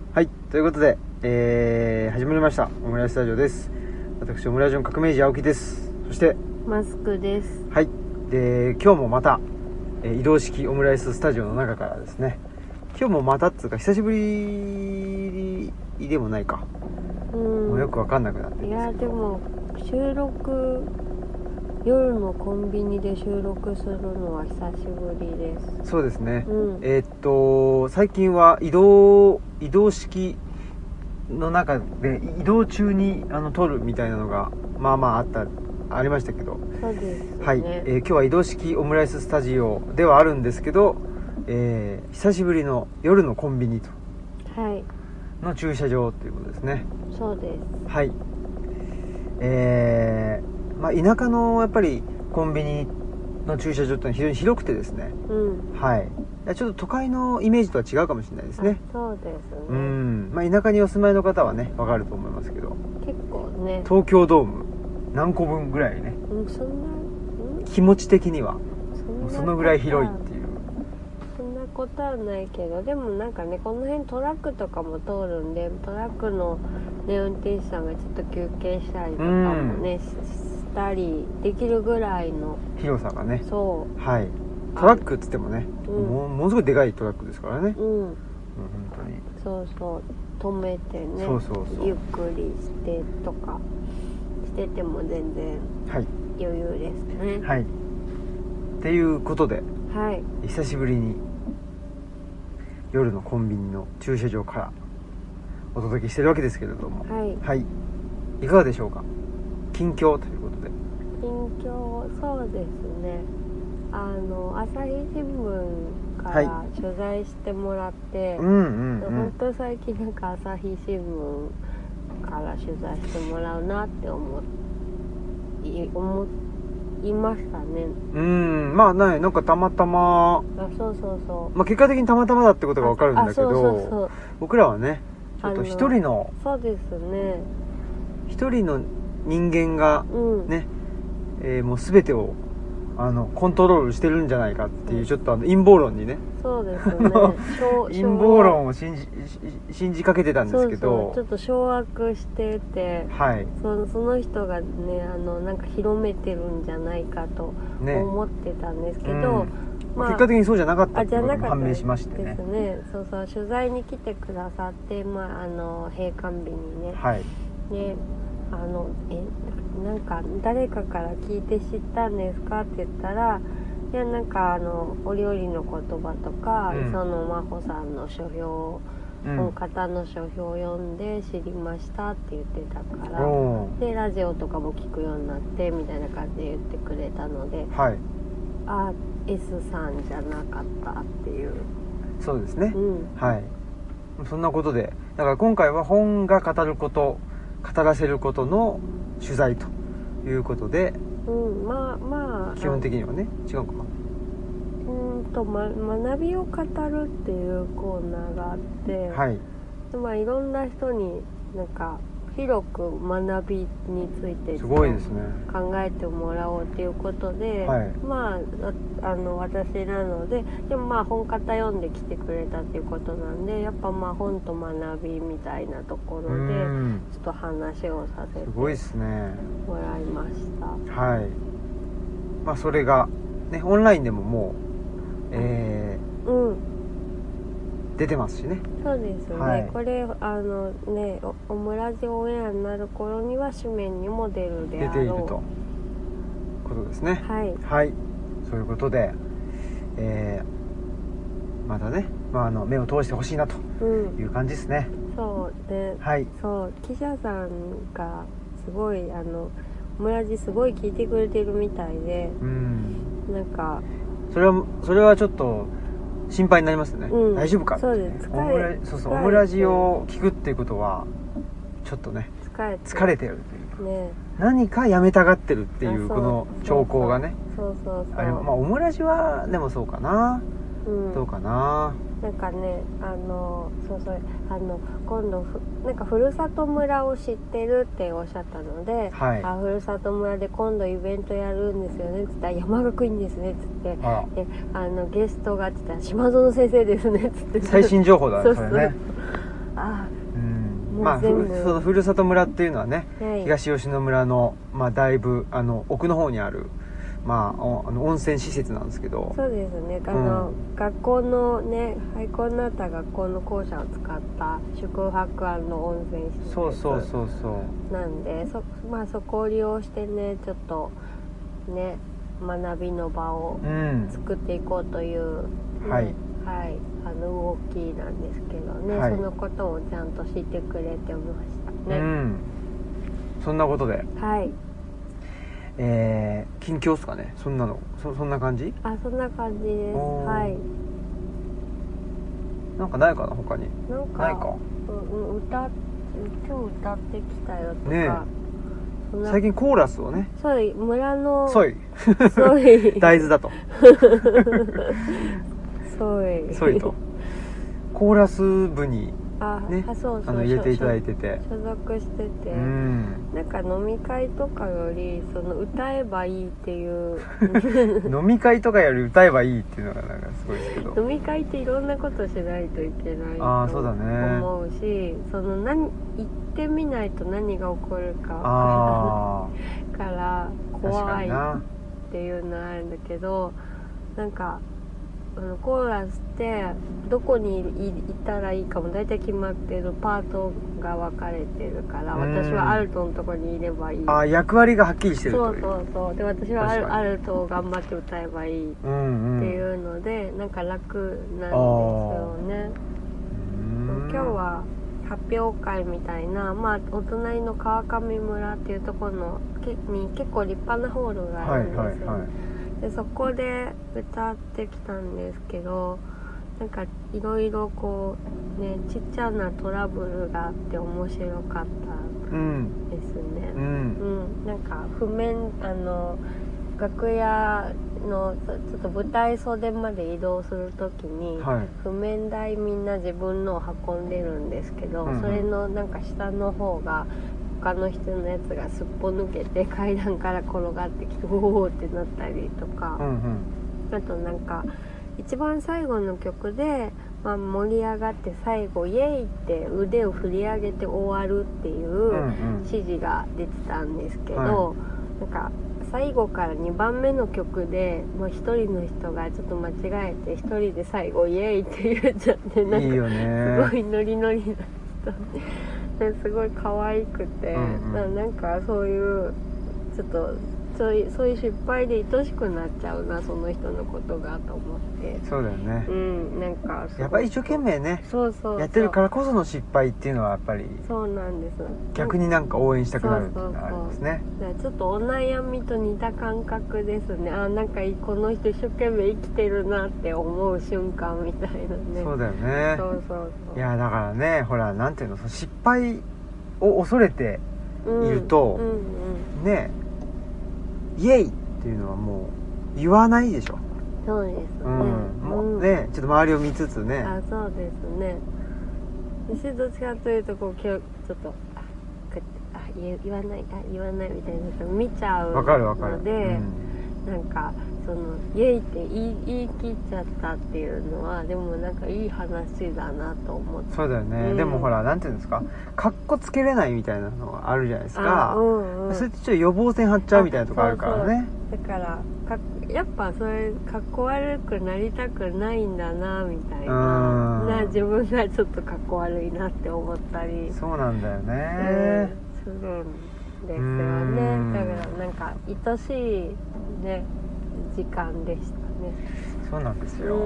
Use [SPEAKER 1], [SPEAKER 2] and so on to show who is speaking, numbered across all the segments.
[SPEAKER 1] はい、ということで、始まりましたオムライススタジオです。私オムライスの革命児青木です。そして
[SPEAKER 2] マスクです。
[SPEAKER 1] はい、で今日もまた、移動式オムライススタジオの中からですね、今日もまたっつうか久しぶりでもないか、もうよくわかんなくなってるんですけど、
[SPEAKER 2] いやでも収録、夜のコンビニで収録するのは久しぶりです。
[SPEAKER 1] そうですね、
[SPEAKER 2] 最
[SPEAKER 1] 近は移動式の中で移動中に撮るみたいなのがまあありましたけど、
[SPEAKER 2] そうですね、
[SPEAKER 1] はい、今日は移動式オムライススタジオではあるんですけど、久しぶりの夜のコンビニとの駐車場ということですね。
[SPEAKER 2] そうです。
[SPEAKER 1] はい、田舎のやっぱりコンビニの駐車場ってのは非常に広くてですね、はい、ちょっと都会のイメージとは違うかもしれないですね。
[SPEAKER 2] そうですね。
[SPEAKER 1] 田舎にお住まいの方はね分かると思いますけど、
[SPEAKER 2] 結構ね、
[SPEAKER 1] 東京ドーム何個分ぐらいね、
[SPEAKER 2] そんな
[SPEAKER 1] 気持ち的にはそのぐらい広いっていう。
[SPEAKER 2] そんなことはないけど、でもなんかね、この辺トラックとかも通るんで、トラックの、ね、運転手さんがちょっと休憩したりとかもね、したりできるぐらいの
[SPEAKER 1] 広さがね。
[SPEAKER 2] そう、
[SPEAKER 1] はい、トラックっつってもね、ものすごいでかいトラックですからね。本当に
[SPEAKER 2] そう止めてね、
[SPEAKER 1] そう
[SPEAKER 2] ゆっくりしてとかしてても全然余裕ですね。
[SPEAKER 1] はい、っていうことで、久しぶりに夜のコンビニの駐車場からお届けしてるわけですけれども、いかがでしょうか。近況ということで。
[SPEAKER 2] 近況、そうですね、朝日新聞から取材してもらって、本当最近なんか朝日新聞から取材してもらうなって思いましたね。
[SPEAKER 1] なんかたまたま、結果的にたまたまだってことが分かるんだけど、僕らはねちょっと一人の人間がね、もう全てをコントロールしてるんじゃないかっていう、ちょっと陰謀論にね、
[SPEAKER 2] そうですね
[SPEAKER 1] 陰謀論を信じかけてたんですけど、
[SPEAKER 2] ちょっと掌握してて、その人がね、なんか広めてるんじゃないかと思ってたんですけど、
[SPEAKER 1] 結果的にそうじゃなかったっていうことも判明しましてね。
[SPEAKER 2] 取材に来てくださって、閉館日にね、なんか誰かから聞いて知ったんですかって言ったら、いや、なんかお料理の言葉とか、磯野真帆さんの書評、この方の書評を読んで知りましたって言ってたから、でラジオとかも聞くようになってみたいな感じで言ってくれたので、S さんじゃなかったっていう。
[SPEAKER 1] そうですね、そんなことで、だから今回は本が語らせることの取材ということで、基本的にはね、違うか
[SPEAKER 2] 学びを語るっていうコーナーがあって、いろんな人になんか広く学びについて
[SPEAKER 1] すごいですね
[SPEAKER 2] 考えてもらおうということで、私なので、でも本方読んできてくれたっていうことなんで、やっぱ本と学びみたいなところでちょっと話をさせてもらいました。
[SPEAKER 1] それがね、オンラインでももう、出てますしね。
[SPEAKER 2] そうですね、これオムラジオンエアになる頃には紙面にも出るであろう、
[SPEAKER 1] 出ているとことですね。そういうことで、またね、目を通してほしいなという感じですね。
[SPEAKER 2] そうで、記者さんがすごいオムラジすごい聞いてくれてるみたいで、なんか
[SPEAKER 1] それはちょっと心配になりますね。大丈夫かって、
[SPEAKER 2] そうです。
[SPEAKER 1] オムラジを聞くっていうことはちょっとね疲れてるというか、何かやめたがってるっていうこの兆候がね、あれオムラジはでもそうかな、どうかな。
[SPEAKER 2] なんかね、今度なんかふるさと村を知ってるっておっしゃったので、ふるさと村で今度イベントやるんですよねって言ったら、山岳いいんですねって言って、でゲストがって言ったら島園先生ですねって言って、
[SPEAKER 1] 最新情報だねそれね。 まあ、そのふるさと村っていうのはね、はい、東吉野村の、まあ、だいぶ奥の方にある、まあ、温泉施設なんですけど。
[SPEAKER 2] そうですね、学校のね、廃校になった学校の校舎を使った宿泊温泉施設なんで、まあ、そこを利用してね、ちょっとね、学びの場を作っていこうという、ね、はい、はい、動きなんですけどね、はい、そのことをちゃんと知ってくれてましたね。
[SPEAKER 1] そんなことで、
[SPEAKER 2] はい、
[SPEAKER 1] 近況っすかね、そんな感じ？
[SPEAKER 2] そんな感じです。はい。
[SPEAKER 1] なんかないかな、他に。ないか。
[SPEAKER 2] 今日歌ってきたよとか。ね、
[SPEAKER 1] 最近コーラスをね。
[SPEAKER 2] そうい、村の。
[SPEAKER 1] そうい。大豆だと。そういと。コーラス部に。ね、入れていただいてて
[SPEAKER 2] 所属してて、なんか飲み会とかより歌えばいいっていう
[SPEAKER 1] 飲み会とかより歌えばいいっていうのがなんかすごいですけど、
[SPEAKER 2] 飲み会っていろんなことしないといけないと思うし、行ってみないと何が起こるか分からないから怖いっていうのはあるんだけど、なんかコーラスってどこにいたらいいかも大体決まってる、パートが分かれてるから、私はアルトのとこにいればいい。
[SPEAKER 1] 役割がはっきりしてるという。
[SPEAKER 2] そうで、私はアルトを頑張って歌えばいいっていうので、なんか楽なんですよね。今日は発表会みたいな、まあお隣の川上村っていうところに結構立派なホールがあるんですよ。でそこで歌ってきたんですけど、なんかいろいろこうね、ちっちゃなトラブルがあって面白かったですね。なんか譜面楽屋のちょっと舞台袖まで移動するときに、譜面台みんな自分のを運んでるんですけど、それのなんか下の方が他の人のやつがすっぽ抜けて階段から転がってきておーってなったりとか、あとなんか一番最後の曲で、まあ、盛り上がって最後イエイって腕を振り上げて終わるっていう指示が出てたんですけど、なんか最後から2番目の曲でもう一人の人がちょっと間違えて一人で最後イエイって言っちゃって、なんかすごいノリノリな人ですごい可愛くて、なんかそういうちょっとそういう失敗で愛しくなっちゃうな、その人のことがと思って。
[SPEAKER 1] そうだよね。
[SPEAKER 2] なんか
[SPEAKER 1] やっぱり一生懸命ね、やってるからこその失敗っていうのはやっぱり
[SPEAKER 2] そうなんです。
[SPEAKER 1] 逆になんか応援したくなるっていうのがありますね。
[SPEAKER 2] ちょっとお悩みと似た感覚ですね。なんかこの人一生懸命生きてるなって思う瞬間みたいなね。
[SPEAKER 1] そうだよね。そういやだからね、ほらなんていうの、失敗を恐れていると、ね、イエイっていうのはもう言わないでしょ。
[SPEAKER 2] そうですね。
[SPEAKER 1] もうね、ちょっと周りを見つつね。
[SPEAKER 2] そうですね。私どっちかというとこうちょっと言わないみたいな見ちゃうので、なんかそのイエイって言い切っちゃったっていうのはでもなんかいい話だなと思って。
[SPEAKER 1] そうだよね。でもほらなんていうんですか、カッコつけれないみたいなのがあるじゃないですか。それってちょっと予防線張っちゃうみたいなとこあるからね。
[SPEAKER 2] だからやっぱそれかっこ悪くなりたくないんだなみたいな、自分がちょっとかっこ悪いなって思ったり。
[SPEAKER 1] そうなんだよね。
[SPEAKER 2] するんですよね。だからなんか愛しいね時間でしたね。
[SPEAKER 1] そうなんですよ。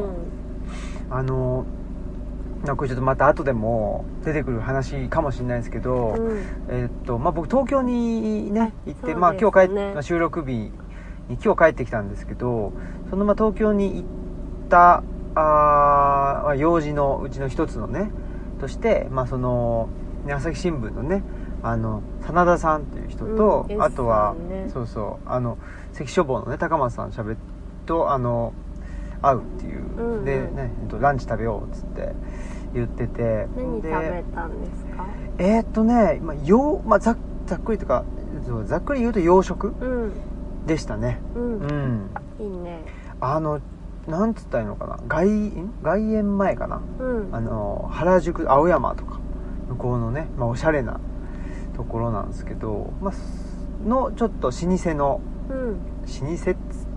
[SPEAKER 1] なんかちょっとまた後でも出てくる話かもしれないですけど、僕東京にね行って、今日収録日に今日帰ってきたんですけど、その東京に行った用事のうちの一つのねとして、その朝日新聞のね真田さんという人と、あとは関書房のね高松さんと会うっていう、でねランチ食べようっつって言ってて。
[SPEAKER 2] 何食べたんですか？
[SPEAKER 1] ざっくりとかざっくり言うと洋食でしたね。いいね。なんつったらいいのかな、外苑前かな、原宿青山とか向こうのね、おしゃれなところなんですけど、のちょっと老舗の、老舗っつって、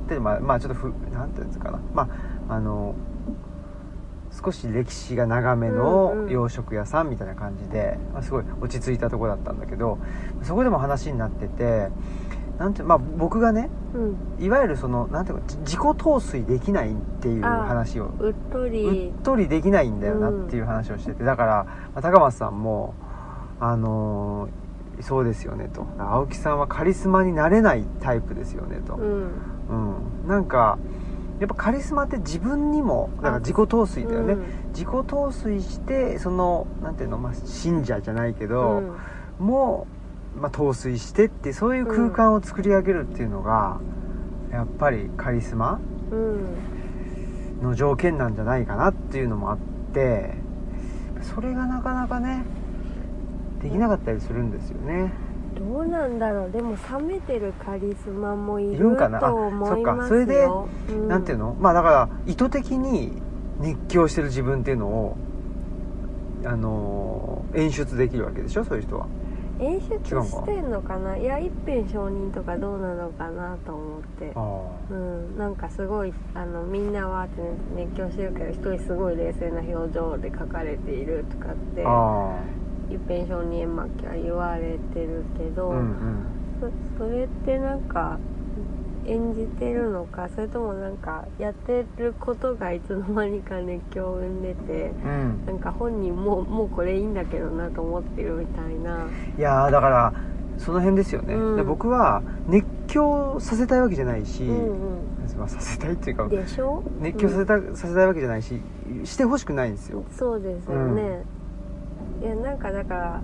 [SPEAKER 1] ちょっとなんていうんですかな、少し歴史が長めの洋食屋さんみたいな感じで、すごい落ち着いたところだったんだけど、そこでも話になってて、僕がね、いわゆるなんていうか自己陶酔できないっていう話を、
[SPEAKER 2] うっとり
[SPEAKER 1] できないんだよなっていう話をしてて、だから、高松さんもそうですよねと、青木さんはカリスマになれないタイプですよねと、なんかやっぱカリスマって自分にもだから自己陶酔だよね、自己陶酔してなんていうの、信者じゃないけど、もう、陶酔してってそういう空間を作り上げるっていうのが、やっぱりカリスマの条件なんじゃないかなっていうのもあって、それがなかなかねできなかったりするんですよね。
[SPEAKER 2] どうなんだろう。でも冷めてるカリスマもいると思いますよ。
[SPEAKER 1] それで、なんていうの、だから意図的に熱狂してる自分っていうのを演出できるわけでしょ、そういう人は。
[SPEAKER 2] 演出してんのかな。いや、一辺承認とかどうなのかなと思って、なんかすごいみんなはって熱狂してるけど、一人すごい冷静な表情で書かれているとかって一辺承認巻きは言われてるけど、それってなんか演じてるのか、それともなんかやってることがいつの間にか熱狂を生んでて、なんか本人もうこれいいんだけどなと思ってるみたいな。い
[SPEAKER 1] やだからその辺ですよね、で僕は熱狂させたいわけじゃないし、させたいっていうか
[SPEAKER 2] でしょ、
[SPEAKER 1] 熱狂させたいわけじゃないし、してほしくないんですよ。
[SPEAKER 2] そうですよね、いやなんかだから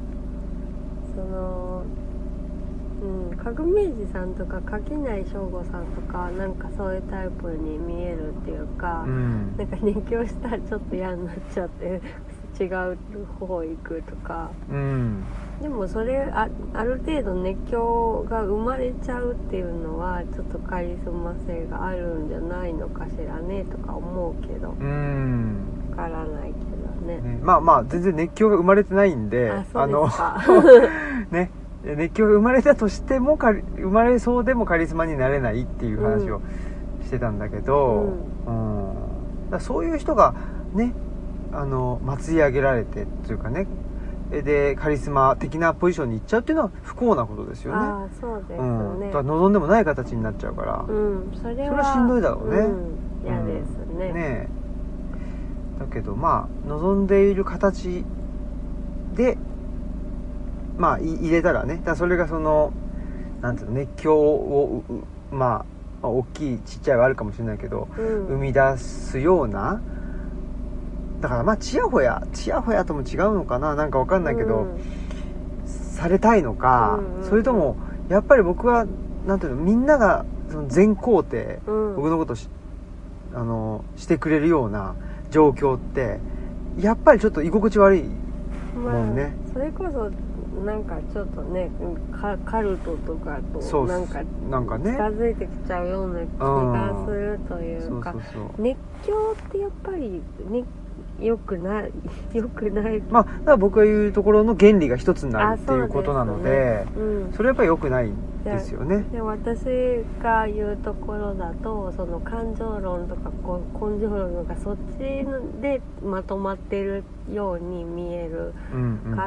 [SPEAKER 2] 革命児さんとか垣内翔吾さんとかなんかそういうタイプに見えるっていうか、なんか熱狂したらちょっと嫌になっちゃって違う方行くとか、でもそれある程度熱狂が生まれちゃうっていうのはちょっとカリスマ性があるんじゃないのかしらねとか思うけど、わからないけどね。
[SPEAKER 1] 全然熱狂が生まれてないんで、ね、熱狂が生まれたとしても生まれそうでもカリスマになれないっていう話をしてたんだけど、だそういう人がね祭り上げられてっていうかね、でカリスマ的なポジションに行っちゃうっていうのは不幸なことですよね。
[SPEAKER 2] そうですね、
[SPEAKER 1] 望んでもない形になっちゃうから、
[SPEAKER 2] それは
[SPEAKER 1] しんどいだろうね。
[SPEAKER 2] 嫌ですね。
[SPEAKER 1] だけど望んでいる形で入れたらね、それがなんていうの、熱狂を大きいちっちゃいはあるかもしれないけど、生み出すような、だからちやほやとも違うのかな、なんかわかんないけど、されたいのか、それともやっぱり僕はなんていうの、みんなが全肯定、僕のことしてくれるような状況ってやっぱりちょっと居心地悪いもんね。
[SPEAKER 2] それこそなんかちょっとねカルトとかとなんかね近づいてきちゃうような気がするというか、熱狂ってやっぱりね良くないだ
[SPEAKER 1] から僕が言うところの原理が一つになるっていうことなので、それはやっぱり良くないんですよね。
[SPEAKER 2] で私が言うところだと、その感情論とか根性論とかそっちでまとまってるように見えるから、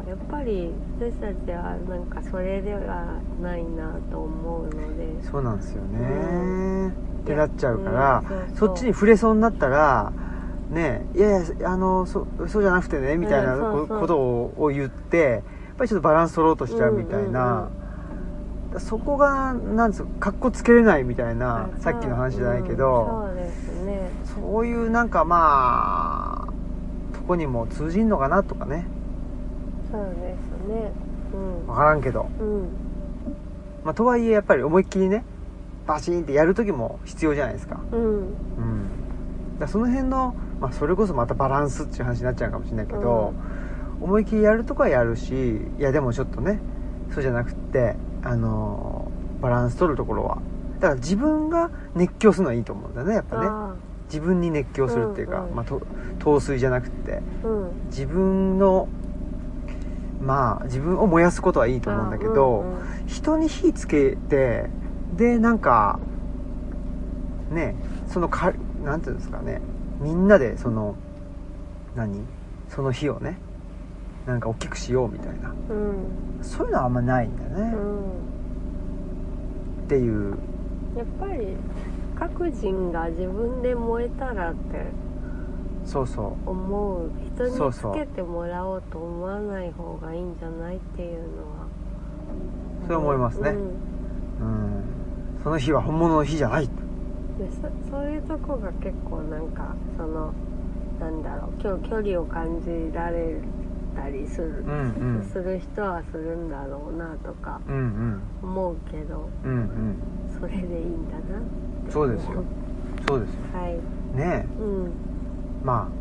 [SPEAKER 2] やっぱり私たちはなんかそれではないなと思うので。
[SPEAKER 1] そうなんですよね、ってなっちゃうから、そっちに触れそうになったらね、いやそうじゃなくてねみたいなことを言って、やっぱりちょっとバランス取ろうとしちゃうみたいな、そこがなんですか、かっこつけれないみたいな、さっきの話じゃないけど、
[SPEAKER 2] そうですね、
[SPEAKER 1] そういうなんかとこにも通じんのかなとかね。
[SPEAKER 2] そうですね、
[SPEAKER 1] 分からんけど、とはいえやっぱり思いっきりねバチンってやる時も必要じゃないですか。だその辺のそれこそまたバランスっていう話になっちゃうかもしれないけど、思い切りやるとこはやるし、いやでもちょっとねそうじゃなくってバランス取るところは、だから自分が熱狂するのはいいと思うんだよね、やっぱね。自分に熱狂するっていうか、陶酔じゃなくって、自分のまあ自分を燃やすことはいいと思うんだけど、人に火つけてでなんかねそのなんていうんですかね、みんなでその火をねなんか大きくしようみたいな、そういうのはあんまないんだよね、っていう。
[SPEAKER 2] やっぱり各人が自分で燃えたらって思う、人につけてもらおうと思わない方がいいんじゃないっていうのは
[SPEAKER 1] そう思いますね、その火は本物の火じゃない。
[SPEAKER 2] そういうとこが結構なんかなんだろう、距離を感じられたりする、する人はするんだろうなとか思うけど、それでいいんだなって。
[SPEAKER 1] そうですよ
[SPEAKER 2] はい
[SPEAKER 1] ねえ、ま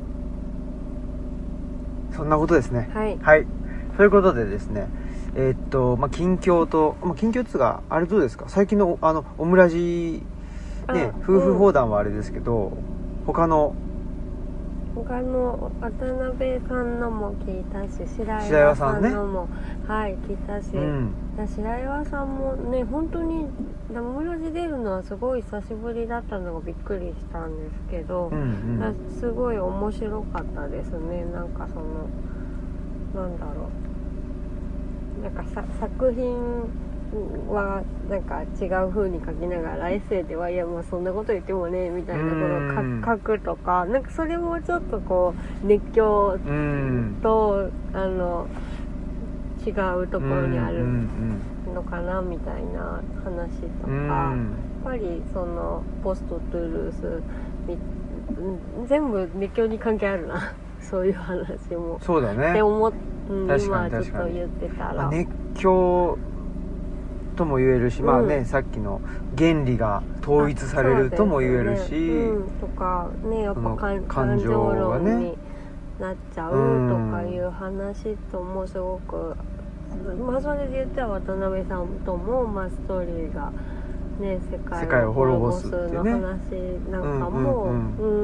[SPEAKER 1] あそんなことですね。はい、ということでですね、近況と、近況っつうかあれどうですか、最近のオムラジね、夫婦砲弾はあれですけど、他の
[SPEAKER 2] 渡辺さんのも聞いたし、白岩さんのも、聞いたし、白岩さんもね、本当にオムラジ出るのはすごい久しぶりだったのがびっくりしたんですけど、すごい面白かったですね。なんかなんだろう、なんか作品はなんか違う風に書きながら、エッセイではいやもうそんなこと言ってもねみたいなことを書くとか、なんかそれもちょっとこう熱狂と違うところにあるのかなみたいな話とか、やっぱりポストトゥルース全部熱狂に関係あるなそういう話も
[SPEAKER 1] そうだね
[SPEAKER 2] って思って、今ちょっと言ってたら、
[SPEAKER 1] 熱狂とも言えるし、さっきの原理が統一されるとも言えるし、
[SPEAKER 2] とかね、やっぱ感情論になっちゃうとかいう話ともすごく、それで言ったら渡辺さんとも、ストーリーがね、世界を滅ぼすの話なんかも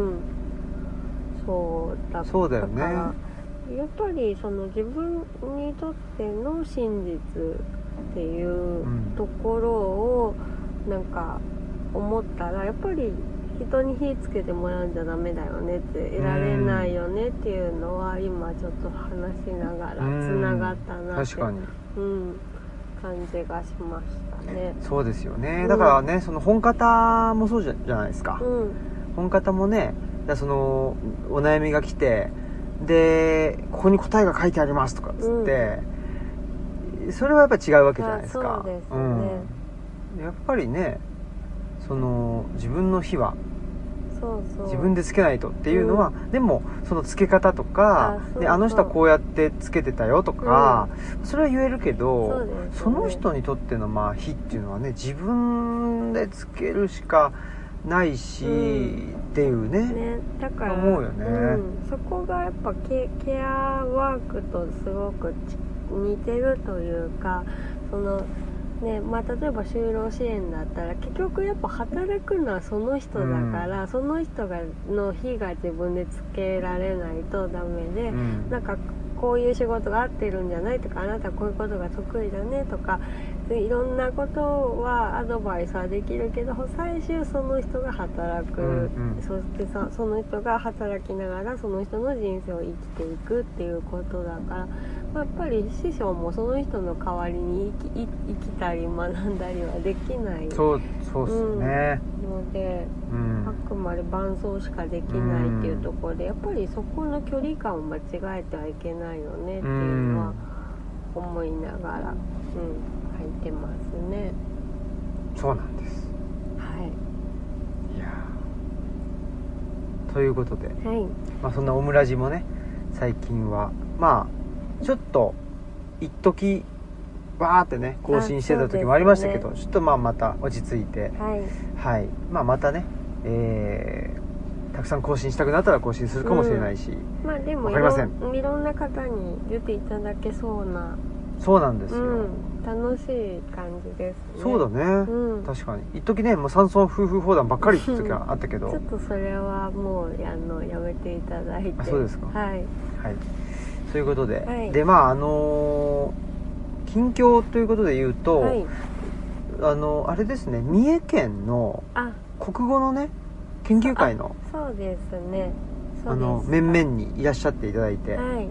[SPEAKER 2] そうだからやっぱり自分にとっての真実っていうところをなんか思ったら、やっぱり人に火つけてもらうんじゃダメだよねって、得られないよねっていうのは今ちょっと話しながらつながったなって、感じがしましたね。
[SPEAKER 1] そうですよね、だからね、その本方もそうじゃないですか、本方もね、お悩みが来て、でここに答えが書いてありますとかっつって、それはやっぱり違うわけじゃないですか。
[SPEAKER 2] そうですね、
[SPEAKER 1] やっぱりね、自分の火は自分でつけないとっていうのは、でもそのつけ方とかあの人はこうやってつけてたよとか、それは言えるけど、その人にとっての火っていうのはね、自分でつけるしかないし、っていうね、
[SPEAKER 2] だから
[SPEAKER 1] 思うよね、
[SPEAKER 2] そこがやっぱケアワークとすごく似てるというか、例えば就労支援だったら結局やっぱ働くのはその人だから、その人の火が自分でつけられないとダメで、なんかこういう仕事が合ってるんじゃないとか、あなたこういうことが得意だねとか、いろんなことはアドバイスはできるけど、最終その人が働く、そしてその人が働きながらその人の人生を生きていくっていうことだから、やっぱり師匠もその人の代わりに生きたり学んだりはできない。
[SPEAKER 1] そうっすね、
[SPEAKER 2] ので、あくまで伴走しかできないっていうところで、やっぱりそこの距離感を間違えてはいけないよねっていうのは思いながら、書いてますね。
[SPEAKER 1] そうなんです。
[SPEAKER 2] はい。
[SPEAKER 1] いやということで、そんなオムラジもね、最近はちょっと一時バーってね更新してた時もありましたけど、ちょっとまた落ち着いて、またね、たくさん更新したくなったら更新するかもしれないし、
[SPEAKER 2] でも
[SPEAKER 1] 分かりません。
[SPEAKER 2] いろんな方に出ていただけそうな。
[SPEAKER 1] そうなんですよ、
[SPEAKER 2] 楽しい感じですね。
[SPEAKER 1] そうだね、確かに一時ね、山村夫婦砲弾ばっかりって時はあったけど
[SPEAKER 2] ちょっとそれはもうやめていただいて。
[SPEAKER 1] そうですか。
[SPEAKER 2] はい、
[SPEAKER 1] そういうことで、
[SPEAKER 2] はい、
[SPEAKER 1] でまあ近況ということで言うと、
[SPEAKER 2] はい、
[SPEAKER 1] あれですね、三重県の国語のね研究会の
[SPEAKER 2] そうですね、
[SPEAKER 1] 面々にいらっしゃっていただいて、
[SPEAKER 2] はい、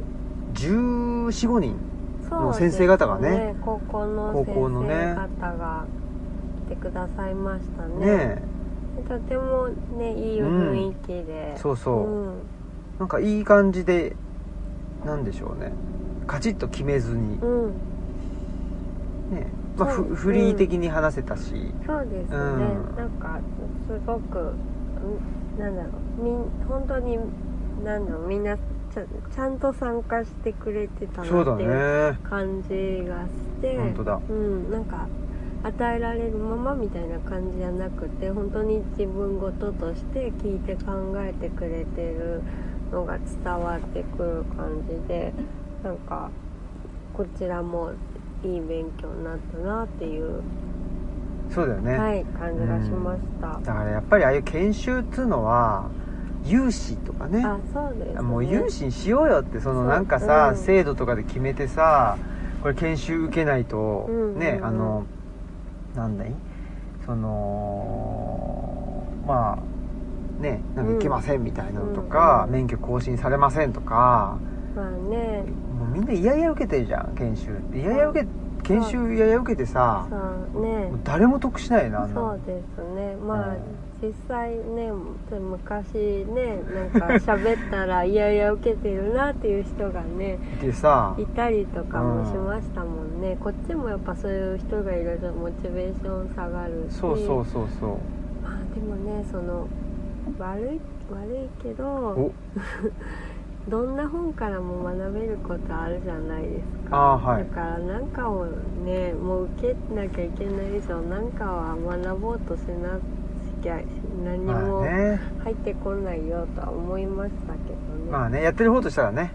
[SPEAKER 1] 14、15人の先生方が ね
[SPEAKER 2] 高校の先生方が来てくださいましたね。とてもねいい雰囲気で、
[SPEAKER 1] そうそう、なんかいい感じで、なんでしょうね、カチッと決めずに、ね、まあ、フリー的に話せたし、
[SPEAKER 2] そうですね、なんかすごくなんだろう、本当になんだろう、みんなちゃんと参加してくれてたなっていう感じがして、
[SPEAKER 1] 本当だ、
[SPEAKER 2] なんか与えられるままみたいな感じじゃなくて、本当に自分事として聞いて考えてくれてるのが伝わってくる感じで、なんかこちらもいい勉強になったなっていう、
[SPEAKER 1] そうだよね、
[SPEAKER 2] はい、感じがしました。
[SPEAKER 1] だからやっぱりああいう研修っていうのは有志とかね、
[SPEAKER 2] そうですね、
[SPEAKER 1] もう有志にしようよって、そのなんかさ、制度とかで決めてさ、これ研修受けないと、ね、なんだい、そのまあね、なんかいけませんみたいなのとか、免許更新されませんとか、
[SPEAKER 2] まあね、
[SPEAKER 1] もうみんな嫌々受けてるじゃん、研修って研修嫌々受けてさ、
[SPEAKER 2] ね、
[SPEAKER 1] 誰も得しないな。
[SPEAKER 2] そうですね、まあ、実際ね、昔ね、なんか喋ったら嫌々受けてるなっていう人がね
[SPEAKER 1] でさ、
[SPEAKER 2] いたりとかもしましたもんね、こっちもやっぱそういう人がいるとモチベーション下がるし、
[SPEAKER 1] そうま
[SPEAKER 2] あでもね、その悪いけどどんな本からも学べることあるじゃないですか。だから何かをね、もう受けなきゃいけない以上、何かは学ぼうとしなきゃ何も入ってこないよとは思いましたけどね。
[SPEAKER 1] まあね、やってる方としたらね、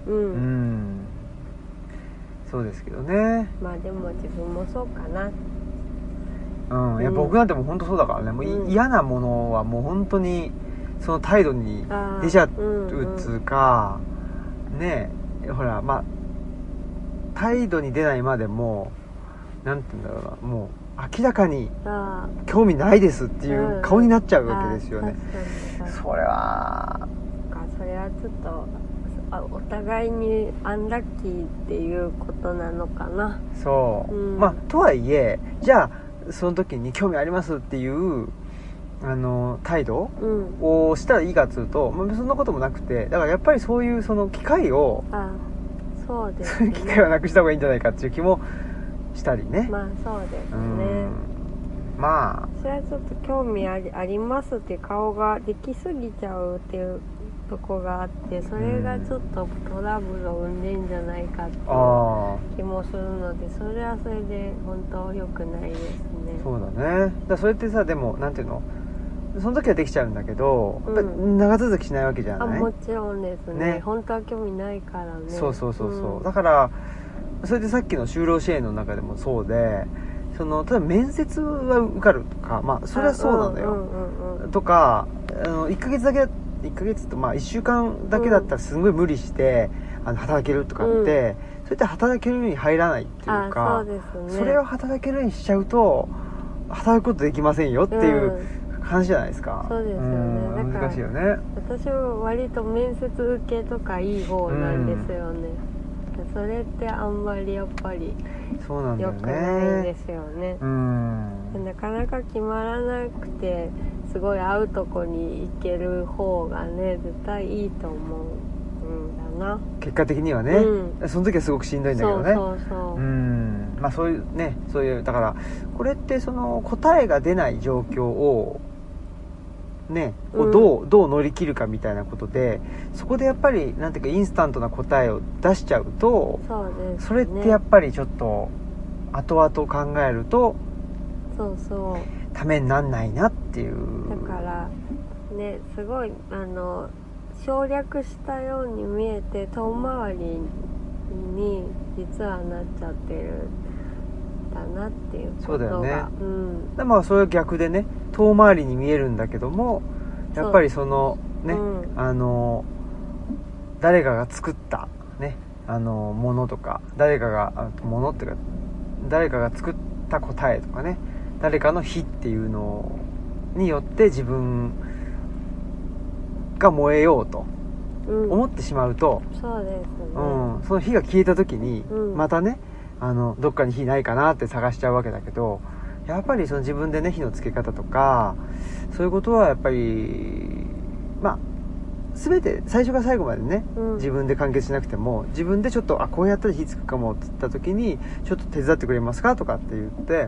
[SPEAKER 1] そうですけどね。
[SPEAKER 2] まあでも自分もそうかな。
[SPEAKER 1] いや僕なんてもう本当そうだからね、もう嫌なものはもう本当にその態度に出ちゃうっつうか、ねえ、ほら、まあ態度に出ないまでも、なんて言うんだろうな、もう明らかに興味ないですっていう顔になっちゃうわけですよね。それは
[SPEAKER 2] ちょっとお互いにアンラッキーっていうことなのかな。
[SPEAKER 1] そう、まあとはいえ、じゃあその時に興味ありますっていう態度をしたらいいかっつうと、まあ、そんなこともなくて、だからやっぱりそういうその機会を、
[SPEAKER 2] そうですね、
[SPEAKER 1] 機会はなくした方がいいんじゃないかっていう気もしたりね。
[SPEAKER 2] まあそうですね、
[SPEAKER 1] まあ
[SPEAKER 2] それはちょっと興味ありますっていう顔ができすぎちゃうっていうとこがあって、それがちょっとトラブルを生んでんじゃないかっていう気もするので、それはそれで本当良くないですね。
[SPEAKER 1] そうだね。それってさ、でもなんていうの、その時はできちゃうんだけど、やっぱ長続きしないわけじゃない？
[SPEAKER 2] もちろんですね。本当は興味ないからね。
[SPEAKER 1] そう、だからそれでさっきの就労支援の中でもそうで、その例えば面接は受かるとか、まあそれはそうなんだよ、とか1ヶ月だけ、1ヶ月とまあ1週間だけだったらすごい無理して働けるとかって、そうやって働けるように入らないっていうか、
[SPEAKER 2] そうですね、
[SPEAKER 1] それを働けるようにしちゃうと働くことできませんよっていう話じゃないですか。
[SPEAKER 2] そうですよね。
[SPEAKER 1] 難しいよね。
[SPEAKER 2] 私は割と面接受けとかいい方なんですよね、それってあんまりやっぱり良くないですよね。なかなか決まらなくて、すごい合うとこに行ける方がね、絶対いいと思うんだな、結
[SPEAKER 1] 果的にはね、その時はすごくしんどいんだけどね。まあそういうね、そういう、だからこれってその答えが出ない状況をね、どう乗り切るかみたいなことで、そこでやっぱりなんていうかインスタントな答えを出しちゃうと、それってやっぱりちょっと後々考えるとためになんないなっていう。
[SPEAKER 2] だからね、すごい省略したように見えて遠回りに実はなっちゃってるだなっていうことが。そうだよね。
[SPEAKER 1] でもそれは逆でね、遠回りに見えるんだけども、やっぱりそのね、誰かが作ったね、 ものとか誰かがものっていうか誰かが作った答えとかね、誰かの火っていうのによって自分が燃えようと思ってしまうと、
[SPEAKER 2] そうですね、
[SPEAKER 1] その火が消えた時にまたね、どっかに火ないかなって探しちゃうわけだけど、やっぱりその自分でね火のつけ方とかそういうことはやっぱり全て最初から最後までね、自分で完結しなくても自分でちょっとこうやったら火つくかもって言った時にちょっと手伝ってくれますかとかって言って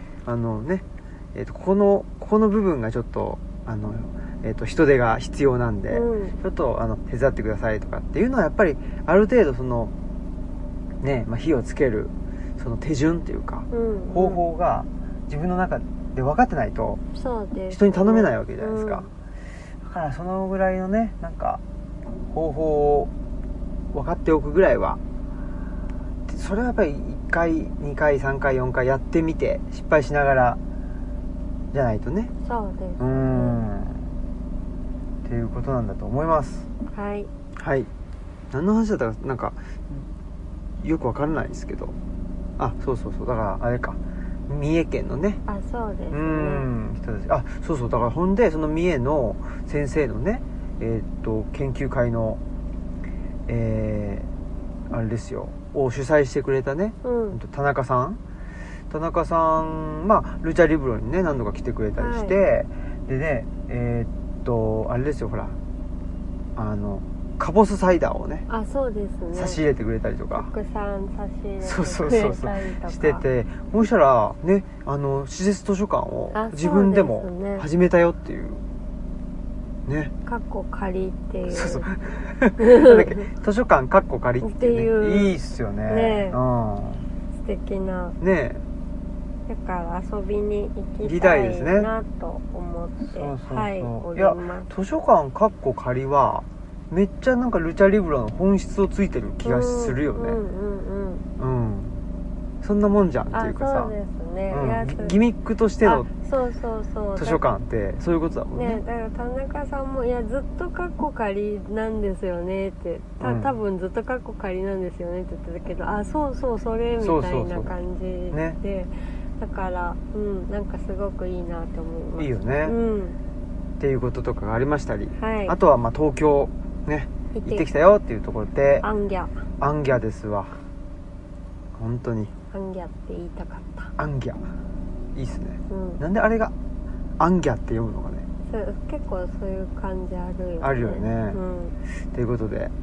[SPEAKER 1] ここの部分がちょっと人手が必要なんで、ちょっと手伝ってくださいとかっていうのはやっぱりある程度そのね、火をつけるその手順っていうか、方法が自分の中で分かってないと人に頼めないわけじゃないですか。だからそのぐらいのねなんか方法を分かっておくぐらいは、それはやっぱり1回2回3回4回やってみて失敗しながらじゃないとね。
[SPEAKER 2] そうですね。
[SPEAKER 1] っていうことなんだと思います。
[SPEAKER 2] はい。
[SPEAKER 1] はい。何の話だったかなんかよくわからないですけど、そうだからあれか、三重県のね。
[SPEAKER 2] そうですね。
[SPEAKER 1] 人たち。そうだからほんでその三重の先生のね、研究会のあれですよを主催してくれたね、田中さん、ルチャリブロにね何度か来てくれたりして、でねあれですよ、ほらカボスサイダーをね、
[SPEAKER 2] そうですね、
[SPEAKER 1] 差し入れてくれたりとか、
[SPEAKER 2] たくさん差し入れてくれたりとか
[SPEAKER 1] してて、そしたらね施設図書館を自分でも始めたよっていうね、
[SPEAKER 2] カッコ仮っていう、
[SPEAKER 1] なんだっけ、図書館カッコ仮っていうね、いいっすよね。
[SPEAKER 2] 素敵な
[SPEAKER 1] ね。
[SPEAKER 2] だから遊びに行きたいなと思って、おります。
[SPEAKER 1] 図書館カッコ仮はめっちゃなんかルチャリブロの本質をついてる気がするよね。そんなもんじゃんっていうかさ、
[SPEAKER 2] そうですね、
[SPEAKER 1] ギミックとしての
[SPEAKER 2] そう
[SPEAKER 1] 図書館ってそういうことだもんね。
[SPEAKER 2] だから田中さんもずっとカッコ仮なんですよねって、多分ずっとカッコ仮なんですよねって言ってたけど、そうそれみたいな感じで、だからなんかすごくいいなと思います。
[SPEAKER 1] いいよね、っていうこととかがありましたり、あとは東京ね行ってきたよっていうところで、
[SPEAKER 2] アンギ
[SPEAKER 1] ャですわ。本当に
[SPEAKER 2] アンギャって言いたかった。
[SPEAKER 1] アンギャいいっすね、なんであれがアンギャって読むのかね。
[SPEAKER 2] 結構そういう感じあるよね。
[SPEAKER 1] あるよね、ということで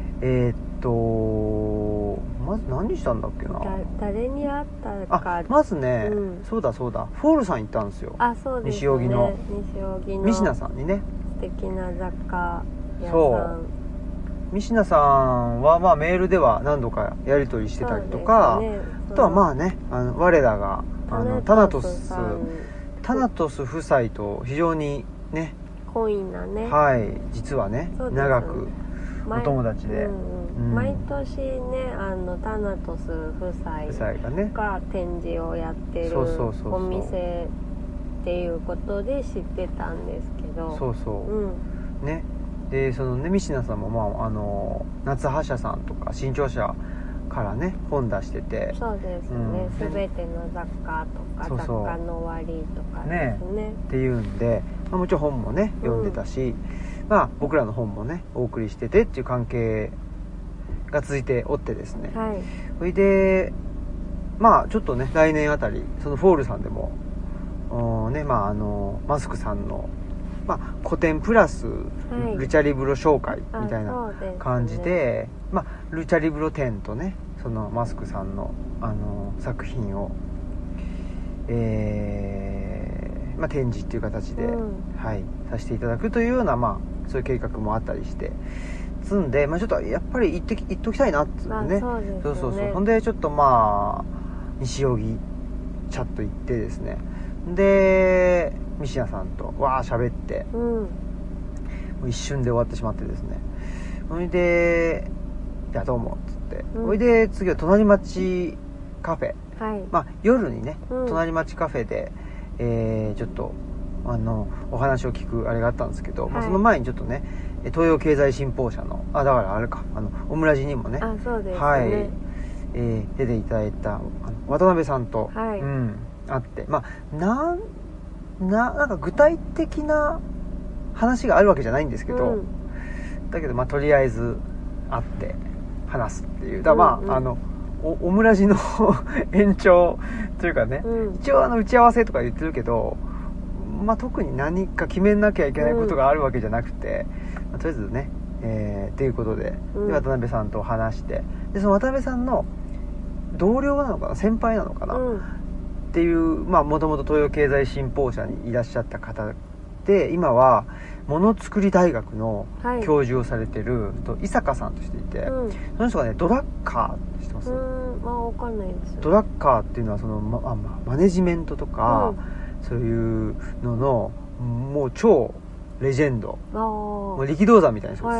[SPEAKER 1] まず何したんだっけな。
[SPEAKER 2] 誰に会ったか。
[SPEAKER 1] まずね、そうだフォールさん行ったんですよ。
[SPEAKER 2] そうですね、
[SPEAKER 1] 西荻の三品さんにね、
[SPEAKER 2] 素敵な雑貨屋さん。
[SPEAKER 1] 三品さんはメールでは何度かやり取りしてたりとか、あとは我らがタナトス夫妻と非常にね
[SPEAKER 2] 濃いなね、
[SPEAKER 1] 実はね長くお友達で、
[SPEAKER 2] 毎年ねタナトス夫妻が展示をやってるお店っていうことで知ってたんですけど、
[SPEAKER 1] ね。でそのね三品さんも夏葉社さんとか新潮社からね本出してて、
[SPEAKER 2] そうですね、全ての雑貨とか雑貨の終わりとかですね
[SPEAKER 1] っていうんで、もちろん本もね読んでたし、僕らの本もねお送りしててっていう関係が続いておってですね、それでちょっとね来年あたりそのフォールさんでもマスクさんの古典プラスルチャリブロ紹介みたいな感じで、ルチャリブロ展とねそのマスクさんの、作品を、展示っていう形で、させていただくというような、そういう計画もあったりしてつんで、ちょっとやっぱり行っときたいなっつってね。そうほんでちょっと西荻チャット行ってですね、で三品さんと喋って、もう一瞬で終わってしまってですね、それでどうもっつって、それで次は隣町カフェ、夜にね、隣町カフェで、ちょっとお話を聞くあれがあったんですけど、その前にちょっとね、 東洋経済新報社のだからあれかオムラジにもね、
[SPEAKER 2] そうですね、
[SPEAKER 1] はい、出ていただいた渡辺さんと、
[SPEAKER 2] はい、
[SPEAKER 1] 会って、まあなんか具体的な話があるわけじゃないんですけど、だけどとりあえず会って話すっていうだからオムラジの延長というかね、一応打ち合わせとか言ってるけど、特に何か決めなきゃいけないことがあるわけじゃなくて、とりあえずね、っていうことで、渡辺さんと話して、でその渡辺さんの同僚なのかな、先輩なのかな、っていうもともと東洋経済新報社にいらっしゃった方で、今はものづくり大学の教授をされてる、伊坂さんとしていて、その人がねドラッカーって知ってます？
[SPEAKER 2] わかんないですよ。
[SPEAKER 1] ドラッカーっていうのはその、マネジメントとか、そういうののもう超レジェンド、もう力道山みたいな人です。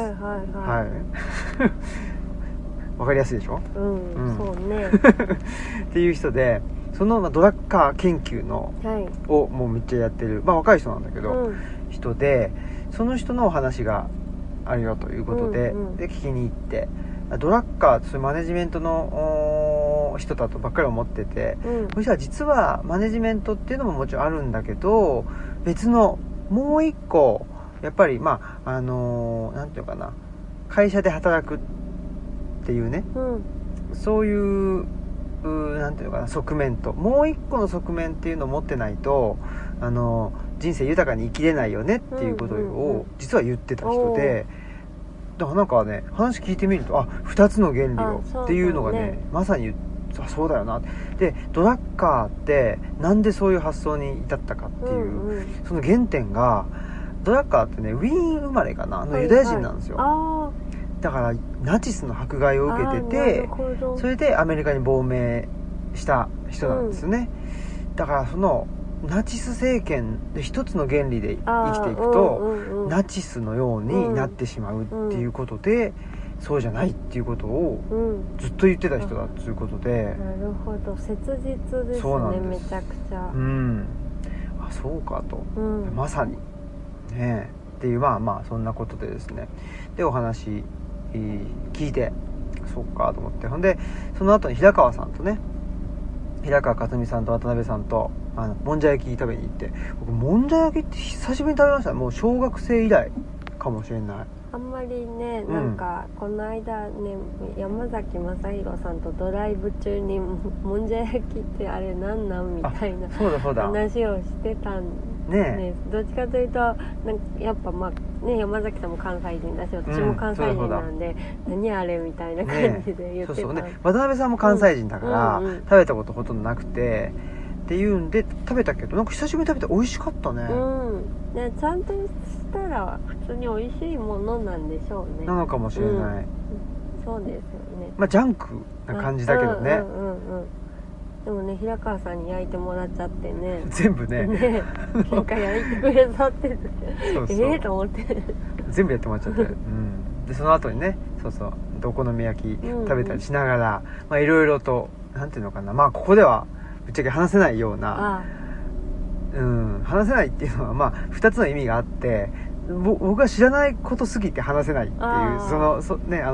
[SPEAKER 1] わかりやすいでしょ？そうねっていう人で、そのドラッカー研究の、をもうめっちゃやってる、若い人なんだけど、人で、その人のお話があるよということで、で聞きに行って、ドラッカー、そういうマネジメントの人だとばっかり思ってて、そしたら実はマネジメントっていうのももちろんあるんだけど、別のもう一個やっぱりなんていうかな、会社で働くっていうね、そういうなんていうのかな、側面ともう一個の側面っていうのを持ってないと人生豊かに生きれないよねっていうことを実は言ってた人で、だからなんかね、話聞いてみると2つの原理をっていうのがね、まさにそうだよな。でドラッカーってなんでそういう発想に至ったかっていう、その原点が、ドラッカーってねウィーン生まれかなユダヤ人なんですよ。だからナチスの迫害を受けてて、それでアメリカに亡命した人なんですよね。だからそのナチス政権で一つの原理で生きていくと、ナチスのようになってしまうっていうことで、そうじゃないっていうことをずっと言ってた人だっていうことで、
[SPEAKER 2] なるほど、切実ですね。めちゃくちゃ
[SPEAKER 1] そうかと、まさにねっていう、そんなことでですね、でお話聞いて、そうかと思って、ほんでその後に平川さんとね、平川克美さんと渡辺さんともんじゃ焼き食べに行って、僕もんじゃ焼きって久しぶりに食べました。もう小学生以来かもしれない。
[SPEAKER 2] あんまりね、なんかこの間ね、山崎正弘さんとドライブ中にもんじゃ焼きってあれなんなんみたいな話をしてたんね。どっちかというとやっぱ山崎さんも関西人だし、私も関西人なんで、何あれみたいな感じで言ってた。
[SPEAKER 1] そうね、渡辺さんも関西人だから、食べたことほとんどなくてっていうんで食べたけど、なんか久しぶりに食べて美味しかったね。
[SPEAKER 2] ね、ちゃんとしたら普通に美味しいものなんでしょうね。
[SPEAKER 1] なのかもしれない。
[SPEAKER 2] そうですよね。
[SPEAKER 1] ジャンクな感じだけどね。
[SPEAKER 2] でもね、平川さんに焼いてもらっちゃってね、
[SPEAKER 1] 全部ね
[SPEAKER 2] なんか焼いてくれたってそうと思って
[SPEAKER 1] 全部やってもらっちゃって、でその後にね、お好み焼き食べたりしながら、いろいろとなんていうのかな、ここではぶっちゃけ話せないような、話せないっていうのは2つの意味があって、僕は知らないことすぎて話せないっていう、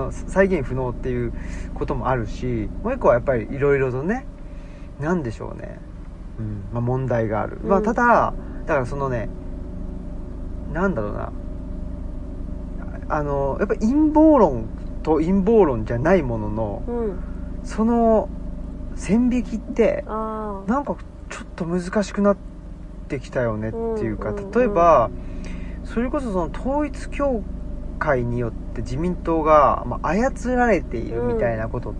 [SPEAKER 1] 再現不能っていうこともあるし、もう一個はやっぱりいろいろとね、なんでしょうね、問題がある。ただだからそのね、なんだろうな、やっぱり陰謀論と陰謀論じゃないものの、その線引きってなんかちょっと難しくなってきたよねっていうか、例えばそれこそその統一教会によって自民党が操られているみたいなことって、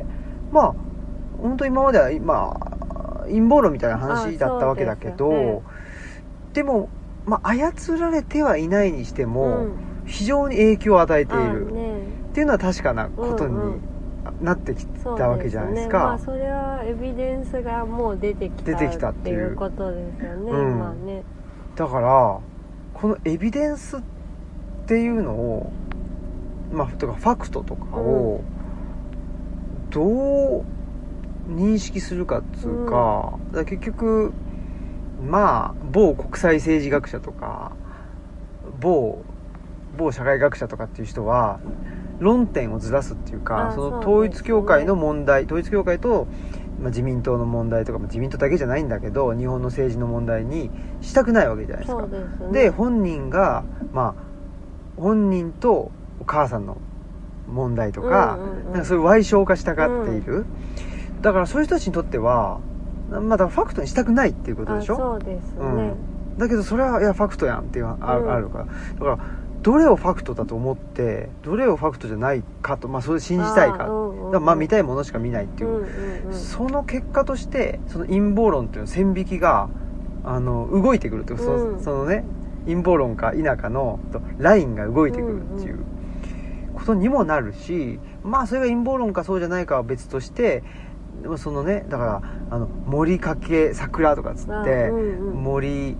[SPEAKER 1] 本当今までは陰謀論みたいな話だったわけだけど、でも操られてはいないにしても非常に影響を与えているっていうのは確かなことになってきたわけじゃないですか。
[SPEAKER 2] それはエビデンスがもう出てきたっていうことですよね。
[SPEAKER 1] だからこのエビデンスっていうのをとかファクトとかをどう認識するかっつうか、結局某国際政治学者とか某某社会学者とかっていう人は論点をずらすっていうか、その統一教会の問題、統一教会と、自民党の問題とか、自民党だけじゃないんだけど日本の政治の問題にしたくないわけじゃないですか。
[SPEAKER 2] そうですね。
[SPEAKER 1] で本人が、本人とお母さんの問題とか、なんかそういう歪償化したがっている、だからそういう人たちにとってはまだファクトにしたくないっていうことでしょ。
[SPEAKER 2] そうですね、
[SPEAKER 1] だけどそれはファクトやんっていうのがあるから、だからどれをファクトだと思ってどれをファクトじゃないかと、それ信じたいか、だから見たいものしか見ないっていう、その結果としてその陰謀論っていうの線引きが動いてくるっていう、そのね陰謀論か否かのラインが動いてくるっていうことにもなるし、それが陰謀論かそうじゃないかは別として、でもそのね、だから森かけ桜とかつって、森